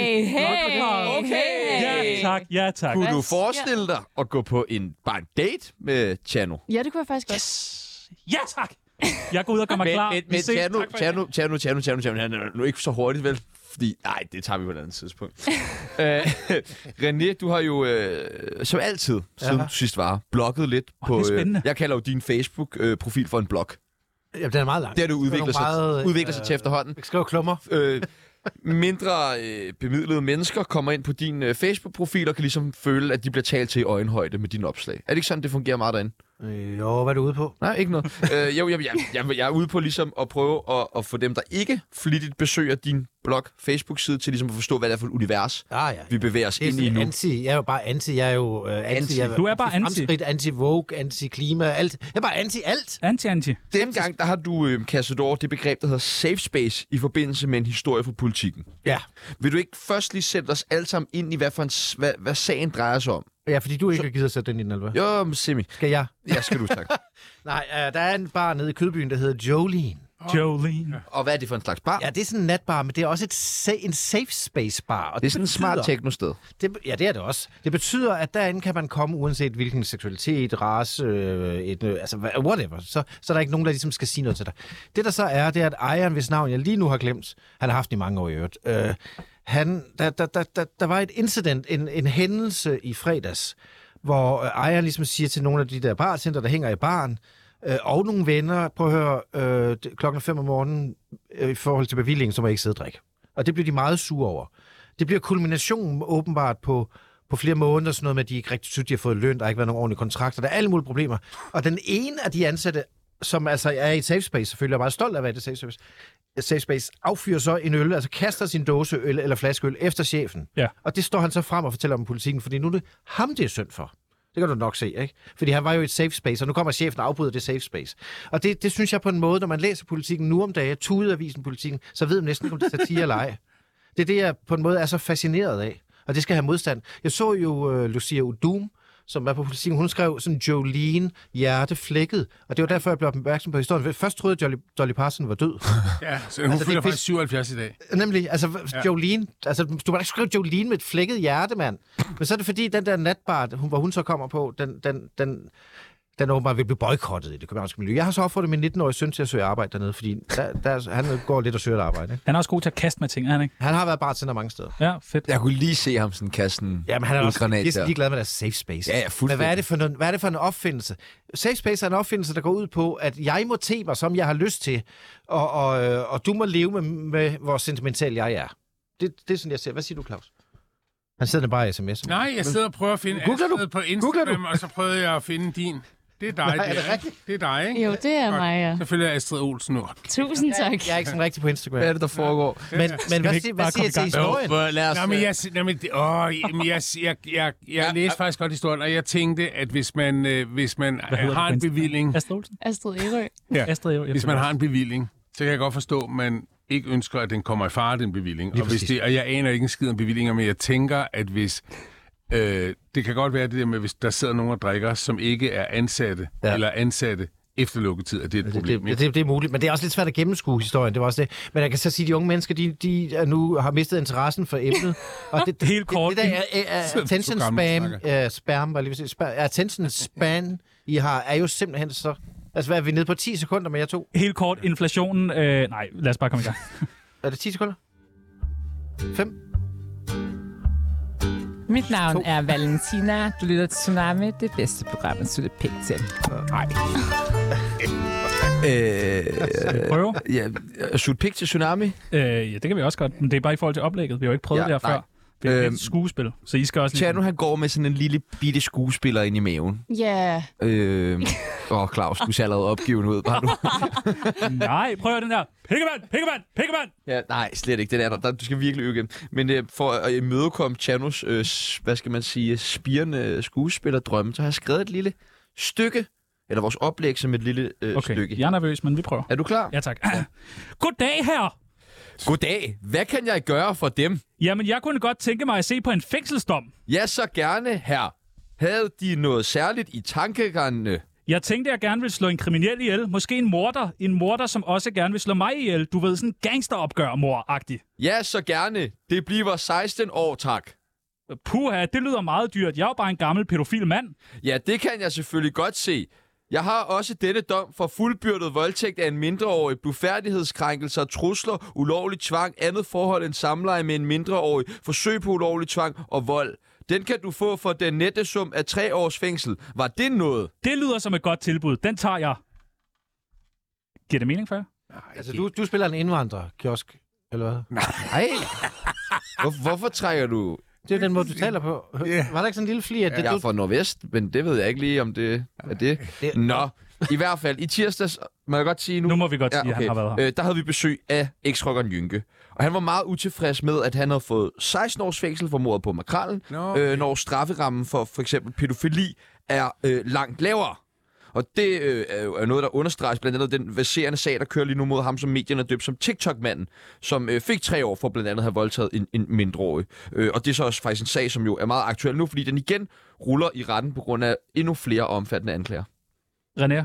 Okay. Ja, tak. Kunne du Hvad forestille dig at gå på bare en date med Tjerno? Ja, det kunne jeg faktisk godt. Ja, tak. Jeg går ud og gør mig klar. Men Tjerno, han er nu ikke så hurtigt, vel? Fordi, nej, det tager vi på et andet tidspunkt. René, du har jo, som altid, siden du sidst var, blogget lidt på... det er spændende. Jeg kalder jo din Facebook-profil for en blog. Ja, den er meget lang. Det har du udviklet sig til efterhånden. Jeg skriver klummer. Mindre bemidlede mennesker kommer ind på din Facebook-profil og kan ligesom føle, at de bliver talt til i øjenhøjde med dine opslag. Er det ikke sådan, det fungerer meget derinde? Jo, hvad er du ude på? Nej, ikke noget. Jeg er ude på ligesom at prøve at få dem, der ikke flittigt besøger din blog, Facebook-side, til ligesom at forstå, hvad det er for et univers, vi bevæger os ind i nu. Jeg er jo bare anti. Jeg er jo anti. Du er bare anti. Anti-Vogue, anti-klima, alt. Jeg er bare anti-alt. Anti. Dengang, der har du kastet over det begreb, der hedder safe space, i forbindelse med en historie fra politikken. Ja. Vil du ikke først lige sætte os alle sammen ind i, hvad sagen drejer sig om? Ja, fordi du ikke har givet at sætte den i den, eller hvad? Jo, Simi. Skal jeg? Ja, skal du, tak. Nej, der er en bar nede i Kødbyen, der hedder Jolene. Jolene. Og hvad er det for en slags bar? Ja, det er sådan en natbar, men det er også en safe space bar. Og Det er sådan en smart techno-sted. Ja, det er det også. Det betyder, at derinde kan man komme, uanset hvilken seksualitet, race, altså whatever. Så er der ikke nogen, der ligesom skal sige noget til dig. Det der så er, det er, at ejeren, hvis navn jeg lige nu har glemt, han har haft i mange år i øvrigt, Der var et incident, en hændelse i fredags, hvor ejeren ligesom siger til nogle af de der bartender, der hænger i baren, og nogle venner, prøv at høre, klokken 5 om morgenen, i forhold til bevillingen, så må jeg ikke sidde og drikke. Og det bliver de meget sure over. Det bliver kulminationen åbenbart på flere måneder, sådan noget med, at de ikke rigtig synes, de har fået løn, der har ikke været nogen ordentlige kontrakter, der er alle mulige problemer. Og den ene af de ansatte, som altså er i et safe space, selvfølgelig er meget stolt af at være i det safe space, affyrer så en øl, altså kaster sin dåse øl eller flaskeøl efter chefen. Ja. Og det står han så frem og fortæller om politikken, fordi nu er det ham, det er synd for. Det kan du nok se, ikke? Fordi han var jo i et safe space, og nu kommer chefen og afbryder det safe space. Og det synes jeg på en måde, når man læser politikken nu om dagen, Tudeavisen politikken, så ved man næsten ikke, om det er satire eller ej. Det er det, jeg på en måde er så fascineret af. Og det skal have modstand. Jeg så jo Lucia Udum, som var på politikken. Hun skrev sådan Jolene, hjerteflækket. Og det var derfor, jeg blev opmærksom på historien. Først troede jeg, Dolly Parton var død. Ja, så hun fylder faktisk 77 i dag. Nemlig, altså Jolene. Altså, du må ikke skrive Jolene med et flækket hjerte, mand. Men så er det fordi, den der natbar, hvor hun så kommer på, den åbenbart vil blive boykottet i det københavnske miljø. Jeg har så opfordret min 19-årige søn til at søge arbejde dernede, fordi han går lidt og søger et arbejde. Ikke? Han er også god til at kaste med ting, er han ikke? Han har været bartender mange steder. Ja, fedt. Jeg kunne lige se ham sådan kaste en men han er også granat lige glad med deres safe space. Ja, men hvad er det for en opfindelse? Safe space er en opfindelse, der går ud på, at jeg må te mig, som jeg har lyst til, og du må leve med hvor sentimental jeg er. Det er sådan, jeg ser. Hvad siger du, Claus? Han sidder bare i sms. Nej, jeg sidder og prøver at finde på Instagram, og så prøvede jeg at finde din. Det er dig. Nej, er det rigtigt? Det er dig, ikke? Jo, det er mig, ja. Selvfølgelig er Astrid Olsen nu. Tusind tak. Jeg er ikke sådan rigtig på Instagram. Hvad er det, der foregår? Men hvad siger til historien? Jeg læste faktisk godt historien, og jeg tænkte, at hvis man har en bevilling... Astrid Ærø. Ja, hvis man har en bevilling, så kan jeg godt forstå, at man ikke ønsker, at den kommer i fare, den bevilling. Og jeg aner ikke en skid om bevillinger, men jeg tænker, at hvis... det kan godt være det der med, hvis der sidder nogen og drikker, som ikke er ansatte, eller ansatte efter lukketid, at det er et problem. Det er muligt, men det er også lidt svært at gennemskue historien, det var også det. Men jeg kan så sige, at de unge mennesker, de nu har mistet interessen for emnet. Og det helt kort. Det der attention spam, attention span, I har, er jo simpelthen så... Altså, hvad er vi nede på 10 sekunder med jer to? Helt kort, inflationen... nej, lad os bare komme i gang. Er det 10 sekunder? 5? Mit navn er Valentina. Du lytter til Tsunami, det bedste program, at slutte pænt til. Nej. Prøve? Ja, shoot pik til Tsunami? Ja, det kan vi også godt, men det er bare i forhold til oplægget. Vi har jo ikke prøvet det her før. Det er et skuespil, så I skal også... Tjerno, han går med sådan en lille bitte skuespiller ind i maven. Ja. Claus, du ser allerede opgiven ud, bare du. Nej, prøv den der. Pikkemand! Ja, nej, slet ikke. Den er der. Du skal virkelig øve igen. Men for at imødekomme Tjernos, hvad skal man sige, spirende skuespillerdrømme, så har jeg skrevet et lille stykke, eller vores oplæg som et lille stykke. Jeg er nervøs, men vi prøver. Er du klar? Ja, tak. Goddag her! Goddag. Hvad kan jeg gøre for dem? Jamen, jeg kunne godt tænke mig at se på en fængselsdom. Ja, så gerne, her. Havde de noget særligt i tankegangene? Jeg tænkte, jeg gerne ville slå en kriminel ihjel. Måske en morder. En morder, som også gerne vil slå mig ihjel. Du ved, sådan gangsteropgør-mor-agtig. Ja, så gerne. Det bliver 16 år, tak. Puha, det lyder meget dyrt. Jeg er jo bare en gammel pædofil mand. Ja, det kan jeg selvfølgelig godt se. Jeg har også denne dom for fuldbyrdet voldtægt af en mindreårig, blufærdighedskrænkelser, trusler, ulovlig tvang, andet forhold end samleje med en mindreårig, forsøg på ulovlig tvang og vold. Den kan du få for den nette sum af 3 års fængsel. Var det noget? Det lyder som et godt tilbud. Den tager jeg. Giver det mening for jer? Altså, du spiller en indvandrer-kiosk, eller hvad? Nej. Hvorfor trækker du... Det er den måde, du taler på. Var der ikke sådan en lille fli? Jeg er fra Nordvest, men det ved jeg ikke lige, om det er det. Nå, i hvert fald. I tirsdags, må jeg godt sige nu... Nu må vi godt sige, at han har været her. Der havde vi besøg af eks-rockeren Jynke. Og han var meget utilfreds med, at han havde fået 16 års fængsel for mordet på Makrallen, når strafferammen for eksempel pædofili er langt lavere. Og det er jo noget, der understreges blandt andet den verserende sag, der kører lige nu mod ham, som medierne døbt som TikTok-manden, som fik 3 år for blandt andet at have voldtaget en mindreårig. Og det er så også faktisk en sag, som jo er meget aktuel nu, fordi den igen ruller i retten på grund af endnu flere omfattende anklager. René,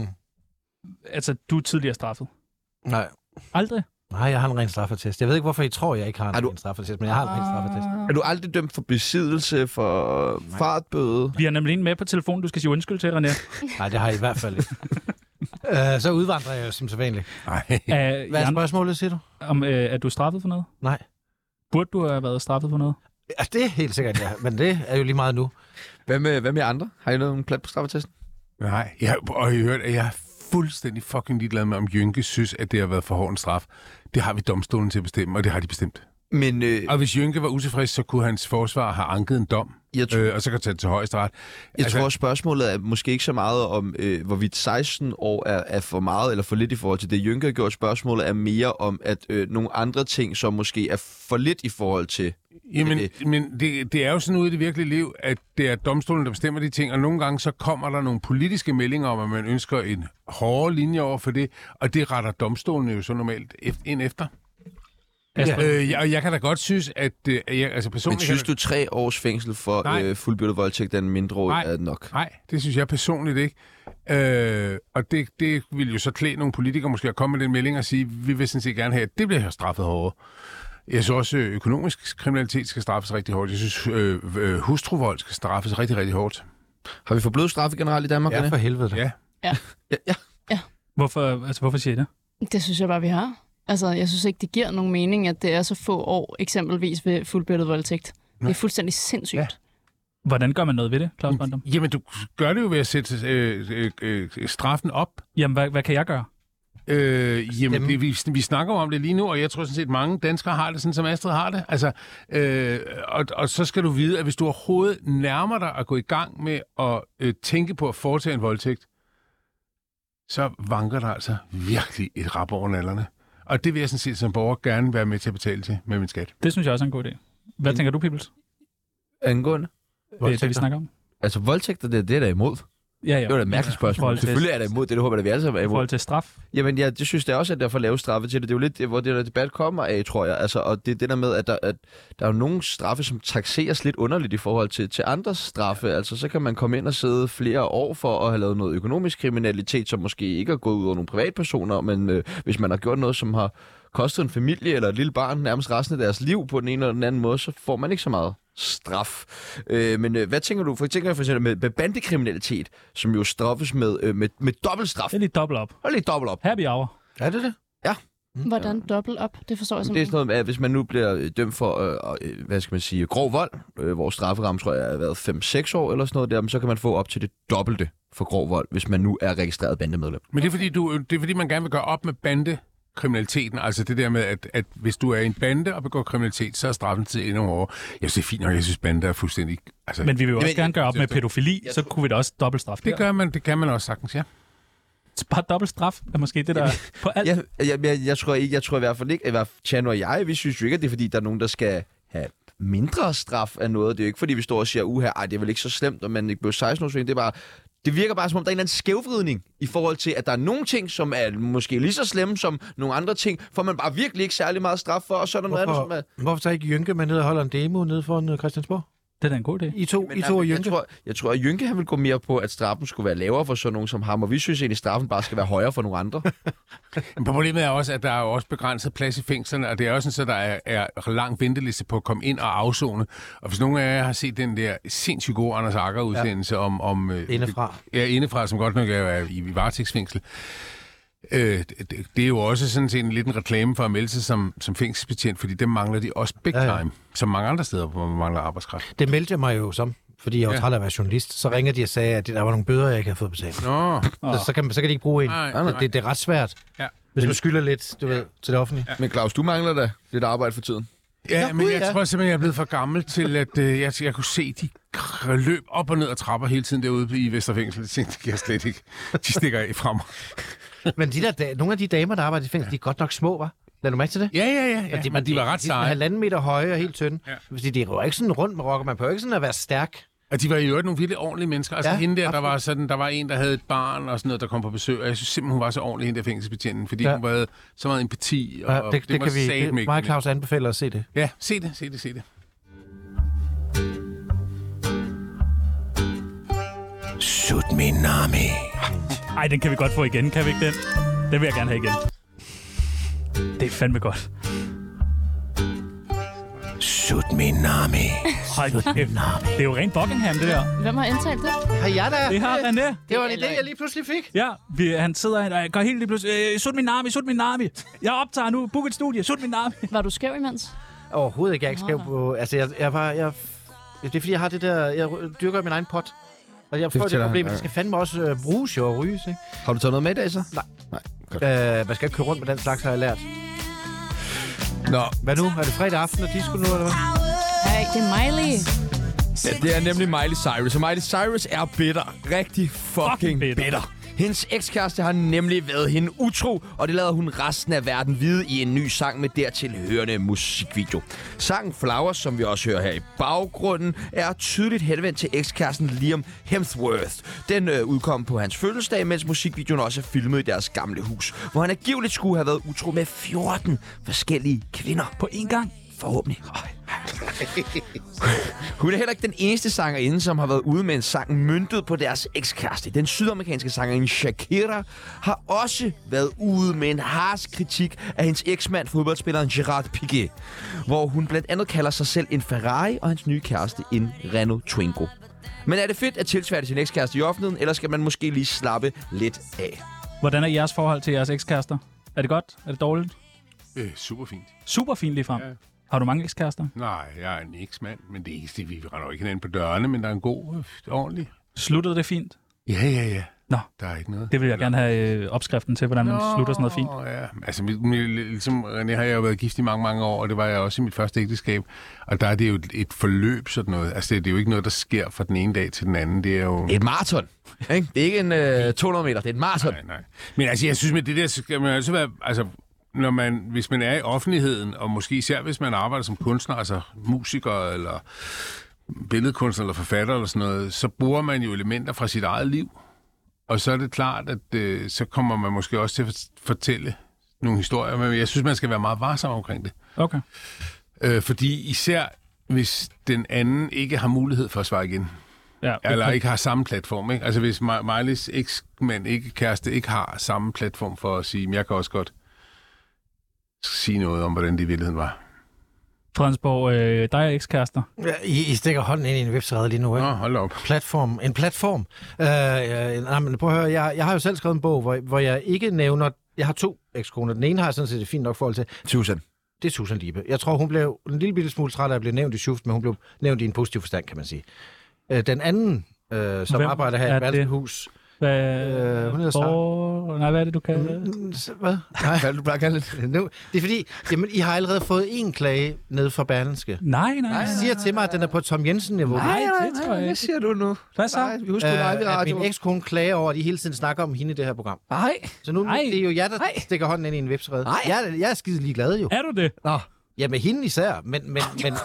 altså du er tidligere straffet. Nej. Aldrig? Nej, jeg har en ren straffetest. Jeg ved ikke, hvorfor I tror, jeg ikke har en ren straffetest, men jeg har en ren straffetest. Er du aldrig dømt for besiddelse, for fartbøde? Vi har nemlig en med på telefonen, du skal sige undskyld til, René. Nej, det har I hvert fald ikke. Så udvandrer jeg jo som sædvanligt. Nej. Hvad er spørgsmålet, siger du? Om, er du straffet for noget? Nej. Burde du have været straffet for noget? Ja, det er helt sikkert, ja. Men det er jo lige meget nu. Hvad med andre? Har I noget plat på straffetesten? Nej, og I hørt, at jeg er fuldstændig fucking ligeglad med, om Jynke synes, at det har været for hård en straf. Det har vi domstolen til at bestemme, og det har de bestemt. Men, og hvis Jynke var utilfreds, så kunne hans forsvar have anket en dom, og så kan tage det til højesteret. Jeg tror, spørgsmålet er måske ikke så meget om, hvorvidt 16 år er for meget eller for lidt i forhold til det, Jynke har gjort. Spørgsmålet er mere om, at nogle andre ting, som måske er for lidt i forhold til... Jamen, men det er jo sådan ude i det virkelige liv, at det er domstolen, der bestemmer de ting, og nogle gange så kommer der nogle politiske meldinger om, at man ønsker en hårdere linje over for det, og det retter domstolen jo så normalt ind efter. Og jeg kan da godt synes, at... altså personligt. Men synes du 3 års fængsel for fuldbyrdet voldtægt af en mindreårig er nok? Nej, det synes jeg personligt ikke. Og det vil jo så klæde nogle politikere måske at komme med den melding og sige, vi vil sådan set gerne have, at det bliver straffet hårdere. Jeg synes også, økonomisk kriminalitet skal straffes rigtig hårdt. Jeg synes, hustruvold skal straffes rigtig, rigtig hårdt. Har vi fået blodstraffe generelt i Danmark? Ja, for helvede. Ja. Hvorfor siger I det? Det synes jeg bare, vi har. Altså, jeg synes ikke, det giver nogen mening, at det er så få år, eksempelvis ved fuldbyrdet voldtægt. Det er fuldstændig sindssygt. Ja. Hvordan gør man noget ved det, Claus Brøndum? Jamen, du gør det jo ved at sætte straffen op. Jamen, hvad kan jeg gøre? Jamen, vi snakker om det lige nu, og jeg tror sådan set, mange danskere har det, sådan som Astrid har det. Altså, og så skal du vide, at hvis du overhovedet nærmer dig at gå i gang med at tænke på at foretage en voldtægt, så vanker der altså virkelig et rap over nallerne. Og det vil jeg sådan set som borger gerne være med til at betale til med min skat. Det synes jeg også er en god idé. Hvad tænker du, Pibels? Angående? Det er det, vi snakker om. Altså voldtægter, det er der imod. Ja. Det var da et mærkeligt spørgsmål. Selvfølgelig er der imod det håber jeg, at vi alle sammen er imod. I forhold til straf? Jamen, det synes jeg også, at der får lavet straffe til det. Det er jo lidt, hvor det der debat kommer af, tror jeg. Altså, og det er det der med, at der er jo nogle straffe, som taxeres lidt underligt i forhold til andres straffe. Altså, så kan man komme ind og sidde flere år for at have lavet noget økonomisk kriminalitet, som måske ikke er gået ud over nogle privatpersoner, men hvis man har gjort noget, som har kostet en familie eller et lille barn nærmest resten af deres liv på den ene eller den anden måde, så får man ikke så meget straf. Men hvad tænker du? For eksempel med bandekriminalitet, som jo straffes med dobbeltstraf. Det er lidt dobbelt op. Og lidt dobbelt op. Happy hour. Er det det? Ja. Hvordan dobbelt op? Det forstår jeg simpelthen. Det er sådan noget, at hvis man nu bliver dømt for, hvad skal man sige, grov vold, hvor strafferamme, tror jeg, har været 5-6 år eller sådan noget der, så kan man få op til det dobbelte for grov vold, hvis man nu er registreret bandemedlem. Men det er fordi, man gerne vil gøre op med bandekriminaliteten, altså det der med, at hvis du er en bande og begår kriminalitet, så er straffen til endnu hårdere. Jeg synes, det er fint nok, jeg synes, bande er fuldstændig... Altså, men vi vil jo også gerne gøre op med pædofili, så kunne vi da også dobbeltstraf. Det kan man også sagtens, ja. Bare dobbelt straf er måske det, der på alt. Jeg tror i hvert fald ikke, at Tjano og jeg, vi synes jo ikke, at det er fordi, der er nogen, der skal have mindre straf af noget. Det er jo ikke fordi, vi står og siger, det er vel ikke så slemt, at man ikke blev 16 års. Det virker bare som om, der er en eller anden skævvridning i forhold til, at der er nogle ting, som er måske lige så slemme som nogle andre ting, får man bare virkelig ikke særlig meget straf for, og så er der noget andet, som er... Hvorfor så ikke Jynke med ned og holder en demo nede foran Christiansborg? Det er da en god idé. I to og Jynke? Jeg tror, at Jynke han vil gå mere på, at straffen skulle være lavere for sådan nogen som ham, og vi synes egentlig, at straffen bare skal være højere for nogle andre. Men problemet er også, at der er også begrænset plads i fængslerne, og det er også sådan, at der er lang venteliste på at komme ind og afzone. Og hvis nogen af jer har set den der sindssygt gode Anders Agger-udsendelse om indefra. Indefra, som godt nok er i varetægtsfængsel. Det er jo også sådan set lidt en reklame for at melde sig som fængselsbetjent, fordi dem mangler de også big time, som mange andre steder, hvor man mangler arbejdskraft. Det meldte jeg mig jo som, fordi jeg var træt af at være journalist. Så ringede de og sagde, at der var nogle bøder, jeg ikke havde fået betalt. Så kan de ikke bruge en. Det er ret svært, hvis du skylder lidt til det offentlige. Ja. Men Claus, du mangler da lidt arbejde for tiden. Ja, men jeg tror simpelthen, jeg er blevet for gammel til, at jeg kunne se de løb op og ned ad trapper hele tiden derude i Vesterfængsel. Det kan jeg slet ikke. De stikker af fra mig. Men nogle af de damer, der arbejder i fængsel, de er godt nok små, hva'? Lad du mærke til det? Ja. Men de var ret seje. De er 1,5 meter høje og helt tynde. Ja. De rører ikke sådan rundt med rocker. Man behøver ikke sådan at være stærk. Og de var jo nogle virkelig ordentlige mennesker. Altså hende der var en, der havde et barn og sådan noget, der kom på besøg. Og jeg synes simpelthen, hun var så ordentlig, hende der fængselsbetjenten. Fordi hun havde så meget empati. Og det kan vi... Mig og Claus anbefaler at se det. Ja, se det. Shoot me, Nami. Ej, den kan vi godt få igen, kan vi ikke den? Den vil jeg gerne have igen. Det er fandme godt. Shoot me, Nami. Hold kæft. Det er jo rent Buckingham, det der. Hvem har indtalt det? Har jeg da? Det har René. Det var en idé, jeg lige pludselig fik. Ja, han sidder og går helt lige pludselig. Shoot me, Nami. Jeg optager nu. Book et studie. Shoot me, Nami. Var du skæv imens? Overhovedet ikke. Jeg er ikke skæv på... Altså, det er fordi, jeg har det der... Jeg dyrker min egen pot. Og jeg får det problem, at det skal fandme også bruges og ryges, ikke? Har du taget noget med i dag, så? Nej. Man skal ikke køre rundt med den slags, har jeg lært. Nå. Hvad nu? Er det fredag aften og disco nu, eller hvad? Hey, det er Miley. Ja, det er nemlig Miley Cyrus, og Miley Cyrus er bitter. Rigtig fucking bitter. Hendes ekskæreste har nemlig været hende utro, og det lader hun resten af verden vide i en ny sang med dertil hørende musikvideo. Sangen Flowers, som vi også hører her i baggrunden, er tydeligt henvendt til ekskæresten Liam Hemsworth. Den udkom på hans fødselsdag, mens musikvideoen også er filmet i deres gamle hus, hvor han angiveligt skulle have været utro med 14 forskellige kvinder på én gang. Forhåbentlig. Hun er heller ikke den eneste sangerinde, som har været ude med en sang møntet på deres ekskæreste. Den sydamerikanske sangerinde Shakira har også været ude med en harsk kritik af hendes eksmand, fodboldspilleren Gerard Piqué, hvor hun blandt andet kalder sig selv en Ferrari og hans nye kæreste en Renault Twingo. Men er det fedt at tilsværte sin ekskæreste i offentligheden, eller skal man måske lige slappe lidt af? Hvordan er jeres forhold til jeres ekskærester? Er det godt? Er det dårligt? Super fint. Super fint ligefrem. Ja. Har du mange ekskærester? Nej, jeg er en eksmand, men det er ikke det, vi render ikke hinanden på dørene, men der er en god, ordentlig. Sluttede det fint? Ja. Nå, der er ikke noget. Det vil jeg gerne have opskriften til, hvordan man slutter sådan noget fint. Ja, altså ligesom René har jeg jo været gift i mange år, og det var jeg også i mit første ægteskab, og der er det jo et forløb sådan noget. Altså det er jo ikke noget, der sker fra den ene dag til den anden. Det er jo... Et maraton, ikke? Det er ikke en 200 meter, det er et maraton. Nej. Men altså, jeg synes med det der, skal man altså være... Altså, hvis man er i offentligheden, og måske især hvis man arbejder som kunstner, altså musiker eller billedkunstner eller forfatter eller sådan noget, så bruger man jo elementer fra sit eget liv. Og så er det klart, at så kommer man måske også til at fortælle nogle historier, men jeg synes, man skal være meget varsom omkring det. Okay. Fordi især hvis den anden ikke har mulighed for at svare igen, eller ikke har samme platform. Ikke? Altså hvis Miley's eksmand, kæreste, ikke har samme platform for at sige, jeg kan også godt sige noget om, hvordan det i virkeligheden var. Fredensborg, dig og ekskærester. Ja, I stikker hånden ind i en webside lige nu, ikke? Nå, hold op. En platform. Men prøv at høre, jeg har jo selv skrevet en bog, hvor jeg ikke nævner... Jeg har 2 ekskoner. Den ene har jeg sådan set et fint nok forhold til. Susan. Det er Susan Liebe. Jeg tror, hun blev en lille bitte smule træt af at blive nævnt i Schuft, men hun blev nævnt i en positiv forstand, kan man sige. Den anden, som arbejder her i Valsenhus... hun hedder Sara. Nej, hvad er det, du kalder det? Hvad? Nej. Hvad er det, du bare kalder det? Nu. Det er fordi, jamen, I har allerede fået en klage ned fra Berlingske. Nej. I siger til mig, at den er på Tom Jensen-niveau. Nej, det tror jeg ikke. Hvad siger du nu? Hvad så? Vi husker live i radio. Min ekskone klager over, at I hele tiden snakker om hende i det her program. Nej. Så nu det er jo jer, der stikker hånden ind i en websred. Jeg er skide lige glad jo. Er du det? Nå. Ja, med hende især, men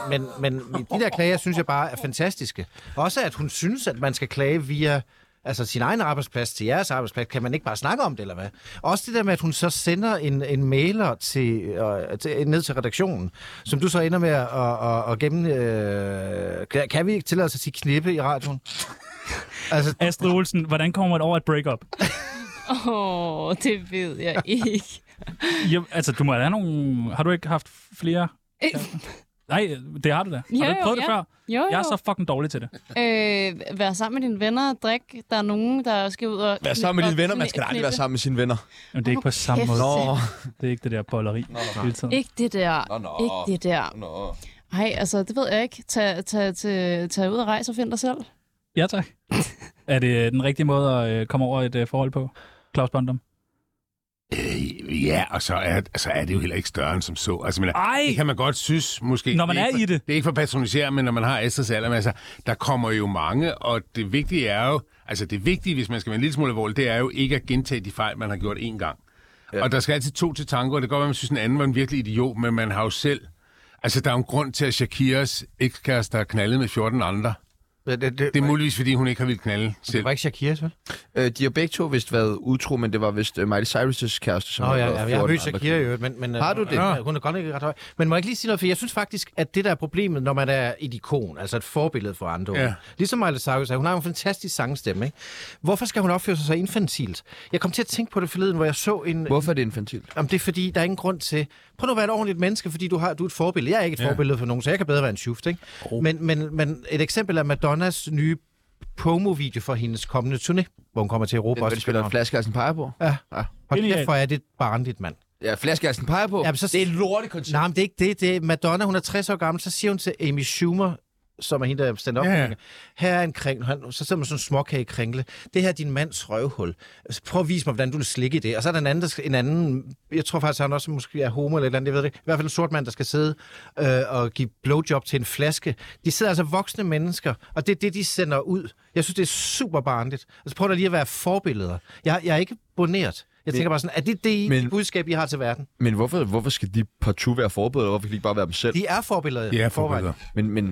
de der klager, synes jeg bare er fantastiske. Også at hun synes, at man skal klage via sin egen arbejdsplads til jeres arbejdsplads. Kan man ikke bare snakke om det, eller hvad? Også det der med, at hun så sender en mailer ned til redaktionen, som du så ender med at gemme... kan vi ikke tillade os at sige knippe i radioen? Astrid Olsen, hvordan kommer man over et break-up? Det ved jeg ikke. Jo, du må have nogle... Har du ikke haft flere? Nej, det har du da. Har du ikke prøvet det før? Jo. Jeg er så fucking dårlig til det. Vær sammen med dine venner og drik. Der er nogen, der skal ud og... Vær sammen med dine venner. Man skal aldrig være sammen med sine venner. Men det er ikke på samme måde. Det er ikke det der bolleri. Ikke det der. Ikke det der. Nej, det ved jeg ikke. Tag ud og rejse og find dig selv. Ja, tak. Er det den rigtige måde at komme over et forhold på, Claus Bondum? Ja, og så er det jo heller ikke større end som så. Det kan man godt synes, måske. Når man er i det. Det er ikke for patronisere, men når man har Astrids alder, men der kommer jo mange, og det vigtige er jo, det vigtige, hvis man skal være en lille smule alvorlig, det er jo ikke at gentage de fejl, man har gjort én gang. Ja. Og der skal altid 2 til tango, og det kan godt være, man synes, den anden var en virkelig idiot, men man har jo selv... der er jo en grund til, at Shakiras ekskæreste har knaldet med 14 andre. Det er muligvis, fordi hun ikke har vildt knalde selv. Det var ikke Shakiras, vel? De har begge to vist været utro, men det var vist Miley Cyrus' kæreste, som jeg har mødt Shakira jo, men har du det? Hun er godt ikke ret høj. Men må jeg ikke lige sige noget, for jeg synes faktisk, at det der er problemet, når man er et ikon, et forbillede for andre. Ja. Ligesom Miley Cyrus, hun har jo en fantastisk sangstemme, ikke? Hvorfor skal hun opføre sig så infantilt? Jeg kom til at tænke på det forleden, hvor jeg så en... Hvorfor er det infantilt? Det er fordi, der er ingen grund til... Prøv nu at være et ordentligt menneske, fordi du er et forbillede. Jeg er ikke et forbillede for nogen, så jeg kan bedre være en Schuft, ikke? Men et eksempel er Madonnas nye promo-video for hendes kommende turné, hvor hun kommer til Europa. Hvor de spiller en flaske af sin peger på? Ja. Hold kæft, hvor er det barnligt, mand. Ja, flaskehalsen peger på. Ja, så, det er et lortekoncept. Nej, men det er ikke det. Det er Madonna, hun er 60 år gammel, så siger hun til Amy Schumer, som er hende, der stand-up. Ja. Her er en kringle. Så sidder man sådan en småkagekringle. Det her er din mands røvhul. Altså, prøv at vise mig, hvordan du vil slikke i det. Og så er der en anden, jeg tror faktisk, han også måske er homo eller et eller andet, jeg ved det ikke. I hvert fald en sort mand, der skal sidde og give blowjob til en flaske. De sidder altså voksne mennesker, og det er det, de sender ud. Jeg synes, det er super barnligt. Altså prøv da lige at være forbilleder. Jeg er ikke boneret. Jeg tænker bare sådan, er det budskab, I har til verden? Men hvorfor skal de partout være forbilleder, hvorfor kan de ikke bare være dem selv? De er forbilleder. De er forbilleder. Men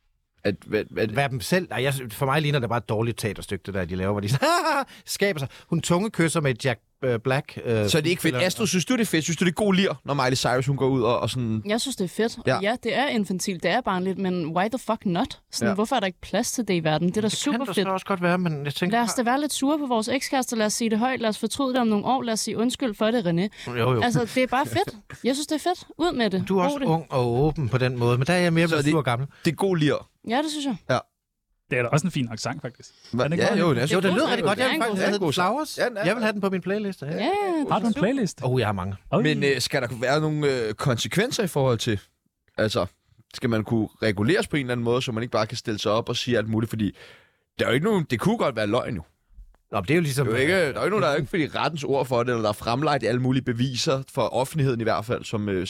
være dem selv? Nej, for mig ligner det bare et dårligt teaterstykke, det der, de laver, hvor de skaber sig. Hun tungekysser med Jack Black. Så er det ikke fedt. Astrid, synes du, det er fedt? Synes du, det er god lir, når Miley Cyrus hun går ud og sådan... Jeg synes, det er fedt. Ja, ja det er infantilt, det er barnligt, men why the fuck not? Sådan, hvorfor er der ikke plads til det i verden? Det er da super fedt. Det kan også godt være, men jeg tænker... Lad os da være lidt sure på vores ekskærester. Lad os sige det højt. Lad os fortryde det om nogle år. Lad os sige undskyld for det, René. Jo. Altså, det er bare fedt. Jeg synes, det er fedt. Ud med det. Du er også ung og åben på den måde, men der er jeg mere blevet sur og gammel. Det er god lir. Ja, det synes jeg. Ja. Det er da også en fin accent, faktisk. Jo, det lyder rigtig godt. Jeg vil faktisk have den Flowers. Jeg vil have den på min playlist. Ja, har du en playlist? Jeg har mange. Men skal der være nogle konsekvenser i forhold til... Altså, skal man kunne reguleres på en eller anden måde, så man ikke bare kan stille sig op og sige alt muligt? Fordi der er jo ikke nogen... Det kunne godt være løgn nu. Nå, det er jo ligesom... Der er jo ikke nogen, der er ikke fordi rettens ord for det, eller der er fremlagt alle mulige beviser for offentligheden i hvert fald,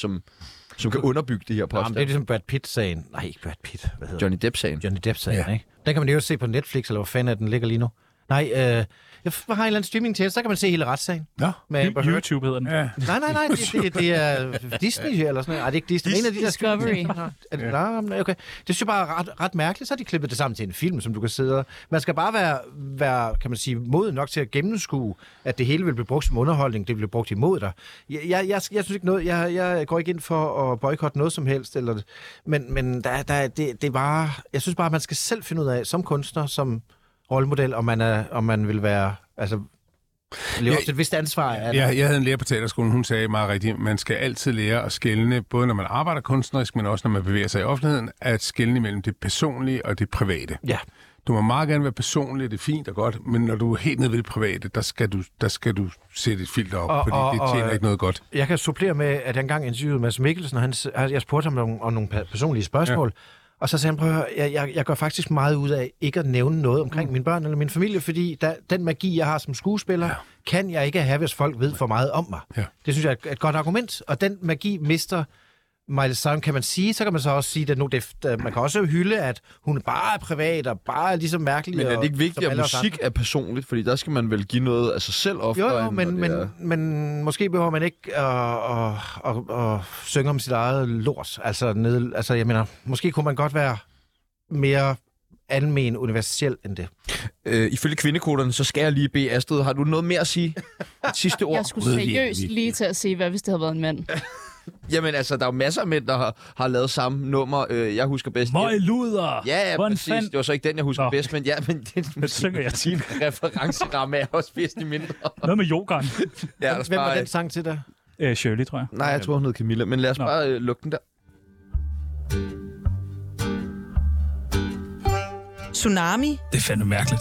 som kan underbygge det her påstand. Det er ligesom Brad Pitt-sagen. Nej, ikke Brad Pitt. Hvad hedder Johnny Depp-sagen. Johnny Depp-sagen, ikke? Den kan man jo se på Netflix, eller hvor fanden er den ligger lige nu. Nej, jeg har en eller anden streaming-tjeneste, så kan man se hele retssagen. Ja. YouTube hedder den. Ja. Nej, det er Disney eller sådan noget. Nej, det er ikke Disney. En af de der Discovery. Okay. Det synes jeg bare er ret mærkeligt. Så har de klippet det sammen til en film, som du kan sidde. Man skal bare være, kan man sige, modig nok til at gennemskue, at det hele vil blive brugt som underholdning. Det vil blive brugt imod dig. Jeg synes ikke noget. Jeg går ikke ind for at boykotte noget som helst. Men det er bare... Jeg synes bare, at man skal selv finde ud af, som kunstner, som rollemodel, om man vil være... Altså, leve op til et vist ansvar. Jeg havde en lærer på teaterskolen, hun sagde meget rigtigt, man skal altid lære at skelne, både når man arbejder kunstnerisk, men også når man bevæger sig i offentligheden, at skelne mellem det personlige og det private. Ja. Du må meget gerne være personlig, det er fint og godt, men når du er helt nede ved det private, der skal du sætte et filter op, fordi det tjener ikke noget godt. Jeg kan supplere med, at jeg engang interviewede Mads Mikkelsen, og jeg spurgte ham om nogle personlige spørgsmål, og så sagde han, prøv at høre, jeg går faktisk meget ud af ikke at nævne noget omkring mine børn eller min familie, fordi den magi, jeg har som skuespiller, kan jeg ikke have, hvis folk ved for meget om mig. Ja. Det synes jeg er et godt argument, og den magi mister Miley Cyrus, kan man sige. Så kan man så også sige, at man kan også hylde, at hun bare er privat og bare er ligesom mærkelig. Men er det ikke vigtigt, at musik er personligt? Fordi der skal man vel give noget af sig selv ofte. Jo, men måske behøver man ikke at synge om sit eget lort. Altså, jeg mener, måske kunne man godt være mere almen universel end det. Ifølge kvindekoderne, så skal jeg lige bede Astrid, har du noget mere at sige? Et sidste ord? Jeg skulle seriøst lige til at sige, hvad hvis det havde været en mand. Jamen altså, der er jo masser af mænd, der har lavet samme nummer. Jeg husker bedst... Møgluder! Ja, præcis. Det var så ikke den, jeg husker bedst, men det synger jeg til. Referenceramme er også bedst i mindre. Noget med yogaen. Ja, hvem var den sang til dig? Shirley, tror jeg. Nej, jeg tror, hun hed Camilla, men lad os bare lukke den der. Tsunami. Det er fandme mærkeligt.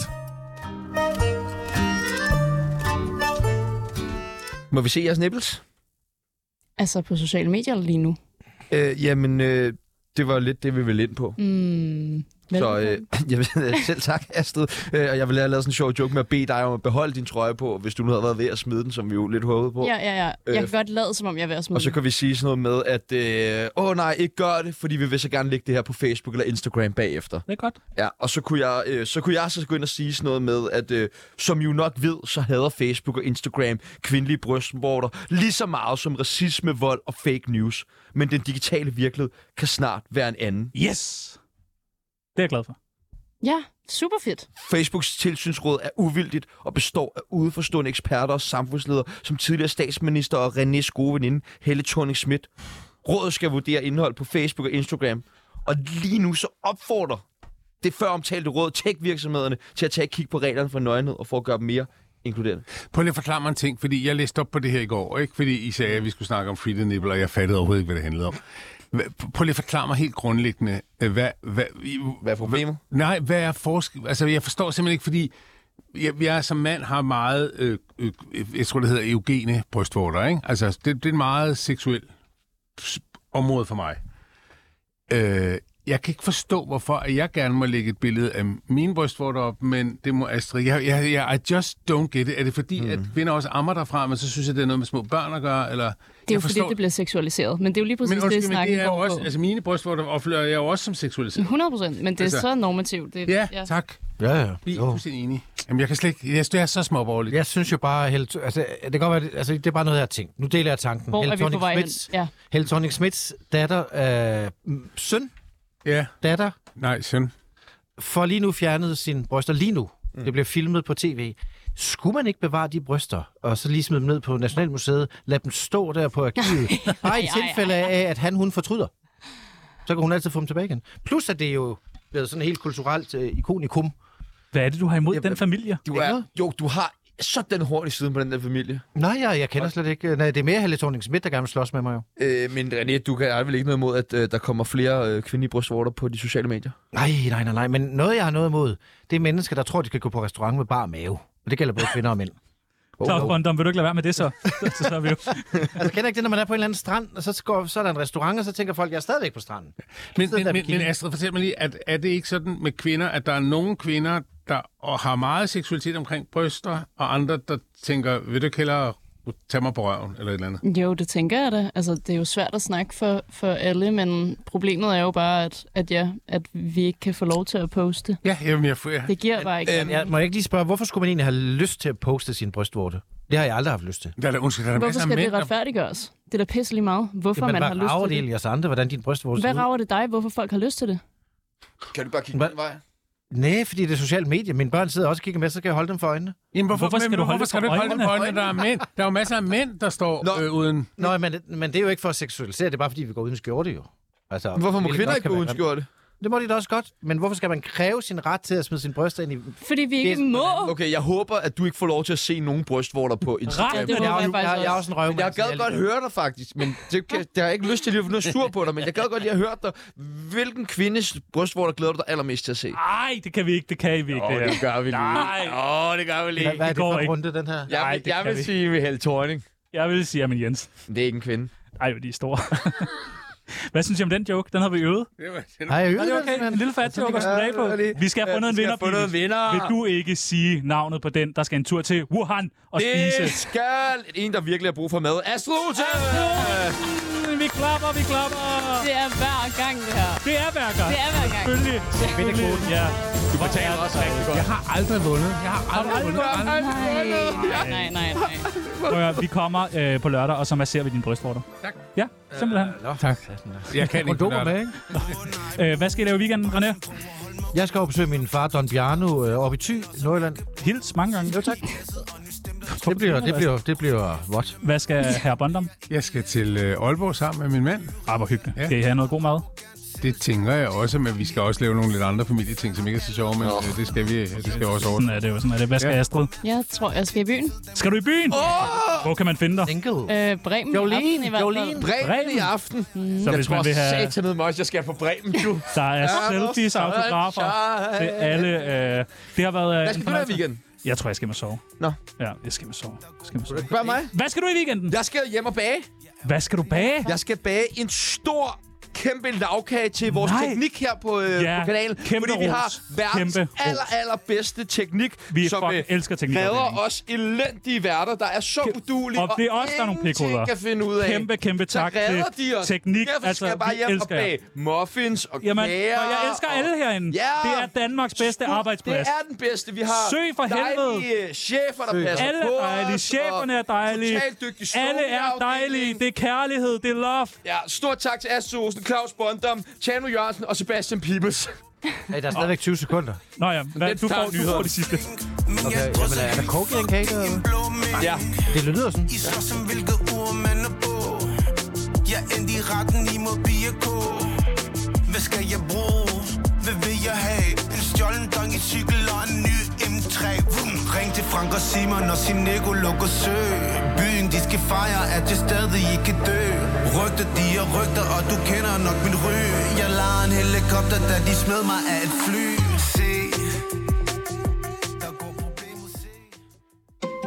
Må vi se jeres nipples? Altså på sociale medier lige nu? Jamen, det var lidt det, vi ville ind på. Så jeg vil selv tak, Astrid. Og jeg vil have lavet sådan en sjov joke med at bede dig om at beholde din trøje på, hvis du nu havde været ved at smide den, som vi jo lidt håbede på. Ja. Jeg kan godt lade, som om jeg er ved at smide den. Og så kan vi sige sådan noget med, at nej, ikke gør det, fordi vi vil så gerne lægge det her på Facebook eller Instagram bagefter. Det er godt. Ja, og så kunne jeg gå ind og sige sådan noget med, at som I jo nok ved, så hader Facebook og Instagram kvindelige brystvorter lige så meget som racisme, vold og fake news. Men den digitale virkelighed kan snart være en anden. Yes! Det er jeg glad for. Ja, super fedt. Facebooks tilsynsråd er uvildigt og består af udeforstående eksperter og samfundsledere, som tidligere statsminister og Renés gode veninde, Helle Thorning-Schmidt. Rådet skal vurdere indhold på Facebook og Instagram. Og lige nu så opfordrer det før omtalte råd tech-virksomhederne til at tage et kig på reglerne for nøgenhed og for at gøre dem mere inkluderende. Prøv lige at forklare mig en ting, fordi jeg læste op på det her i går, ikke? Fordi I sagde, at vi skulle snakke om free the nipple, og jeg fattede overhovedet ikke, hvad det handlede om. Prøv lige at forklare mig helt grundlæggende, hvad er problemet? Nej, hvad er forskel? Altså, jeg forstår simpelthen ikke, fordi jeg som mand har meget, jeg tror det hedder eugene brystvorter, ikke? Altså, det er en meget seksuel område for mig. Jeg kan ikke forstå, hvorfor jeg gerne må lægge et billede af mine brystvorter op, men det må Astrid. I just don't get it. Er det fordi, at kvinder også ammer derfra, men så synes jeg, det er noget med små børn at gøre? Eller, det er jo fordi, det bliver seksualiseret. Men det er jo lige præcis det, snakken går også, altså mine brystvorter opfører jeg jo også som seksualiseret. 100%, men det er så normativt. Det, ja, tak. Ja. Vi er fuldstændig enige. Jamen, jeg kan slet ikke... Jeg er så småborgerligt. Jeg synes jo bare... det kan godt være... Altså, det er bare noget, jeg har tænkt. Nu deler jeg tanken. Hvor er vi på vej hen? Ja. Helle Thorning-Schmidts datter... søn? Ja. Datter? Nej, søn. For lige nu fjernede sine bryster. Lige nu. Det bliver filmet på tv. Skulle man ikke bevare de bryster, og så lige smide dem ned på Nationalmuseet, lade dem stå der på arkivet, bare i tilfælde af, at hun fortryder? Så kan hun altid få dem tilbage igen. Plus, at det er jo blevet sådan helt kulturelt ikonikum. Hvad er det, du har imod den familie? Du har sådan horn i siden på den der familie. Nej, jeg kender slet ikke. Nej, det er mere Helle Thorning-Schmidt, der gerne vil slås med mig jo. Men René, du er vel ikke noget imod, at der kommer flere kvindelige brystvorter på de sociale medier? Nej. Men noget, jeg har noget imod, det er mennesker, der tror, de skal gå på restaurant med bar mave. Og det gælder både kvinder og mænd. Claus Bondum, vil du ikke lade være med det så? Så er vi jo. Altså, kender ikke det, når man er på en eller anden strand, og så er der en restaurant, og så tænker folk, jeg er stadigvæk på stranden. Men Astrid, fortæl mig lige, at er det ikke sådan med kvinder, at der er nogle kvinder, der har meget seksualitet omkring bryster, og andre, der tænker, vil du ikke hellere tage mig på røven, eller et eller andet? Jo, det tænker jeg da. Altså, det er jo svært at snakke for alle, men problemet er jo bare, at vi ikke kan få lov til at poste. Ja, jamen, det giver bare ikke. Jeg må ikke lige spørge, hvorfor skulle man egentlig have lyst til at poste sin brystvorte? Det har jeg aldrig haft lyst til. Hvorfor skal det retfærdiggøres? Det er da pisselig meget. Hvorfor man har lyst til det? Hvad rager det jeres andre, hvordan din brystvorte ser ud? Hvad rager det dig, hvorfor folk har lyst til det? Kan du bare kigge den vej? Nej, fordi det er sociale medier. Mine børn sidder også og kigger med, så kan jeg holde dem for øjnene. Jamen, hvorfor skal du holde dem for øjnene? Der er mænd. Der er jo masser af mænd, der står uden... Nå, men det er jo ikke for at seksualisere. Det er bare, fordi vi går uden skjorte, jo. Altså, hvorfor må kvinder ikke gå uden skjorte? Det må de da også godt. Men hvorfor skal man kræve sin ret til at smide sin bryster ind i... Fordi vi ikke må. Okay, jeg håber, at du ikke får lov til at se nogen brystvorter på Instagram. Ja, jeg er også en røvmand. Jeg gad godt høre dig, faktisk. Men det har jeg ikke lyst til lige at få noget sur på dig. Men jeg gad godt lige at høre dig. Hvilken kvindes brystvorter glæder du dig allermest til at se? Nej, det kan vi ikke. Det kan vi ikke. Det gør vi lige. Nej. Det gør vi lige. Hvad er det for en runde, den her? Jeg vil sige med Helle Thorning. Jeg vil sige Amin Jens. Det er ikke en kvinde. Ej, de er store. Hvad synes I om den joke? Den har vi øvet. Har jeg øvet okay. En lille fat joke at slutte af på. Vi skal have fundet en vinder. Vil du ikke sige navnet på den, der skal en tur til Wuhan og spise? Det skal en, der virkelig har brug for mad. Astrid Ute! Vi klapper. Det er hver gang, det her. Det er hver gang. Selvfølgelig. Ja. Du betaler også rigtig godt. Jeg har aldrig vundet. Nej. Vi kommer på lørdag, og så masserer vi dine brystvorter. Tak. Ja, simpelthen. Tak. Jeg kan ikke med, ikke? Hvad skal I lave i weekenden, René? Jeg skal besøge min far, Don Bjarno, oppe i Thy, Nordjylland. Hils mange gange. Jo, tak. Det bliver vådt. Hvad skal herre Bondum? Jeg skal til Aalborg sammen med min mand. Hvor hyggeligt. Skal I have noget god mad? Det tænker jeg også, men vi skal også lave nogle lidt andre familieting, som ikke er så sjove, men det skal vi også over. Sådan er det jo. Hvad skal Astrid? Jeg tror, jeg skal i byen. Skal du i byen? Hvor kan man finde dig? Bremen Jolene. Bremen i aften. Så hvis man vil have... Jeg tror mig også, jeg skal på Bremen, du. Der er selfies, autografer til alle. Det har været... Hvad skal du have i weekenden? Jeg tror, jeg skal med sove. Nå. Ja, jeg skal med sove. Spørg mig. Hvad skal du i weekenden? Jeg skal hjem og bage. Hvad skal du bage? Jeg skal bage en stor kæmpe lavkage til vores teknik her på kanalen. Fordi vi har verdens allerbedste teknik, som elsker teknik redder os elendige værter, der er så udulige og det er også der er nogle pikhoveder. Kan finde ud af. Kæmpe tak til teknik. Derfor skal jeg bare hjem og bage muffins og kager. Og jeg elsker alle herinde. Det er Danmarks bedste arbejdsplads. Det er den bedste. Vi har søg for helvede. Dejlige chefer, der passer alle på er dejlige. Cheferne er dejlige. Alle er dejlige. Det er kærlighed. Det er love. Ja, stort tak til Astrid Olsen, Claus Bondum, Tjano Jørgensen og Sebastian Pibels. Hey, der er stadigvæk 20 sekunder. Nå ja, du får de sidste. Okay, jamen er der coke i en kage, eller? Ja. Det lyder sådan. I så som hvilke ord man er på. Jeg endte i retten i Mobiako. Hvad skal jeg bruge? Hvad vil jeg have? En stjålen dong i cykel og en ny M3. Ring til Frank og Simon og sin Nico lukker sø. Byen de skal fejre, at jeg stadig ikke dø. Rygter de er rygter, og du kender nok min ry. Jeg lader en helikopter, da de smed mig af et fly.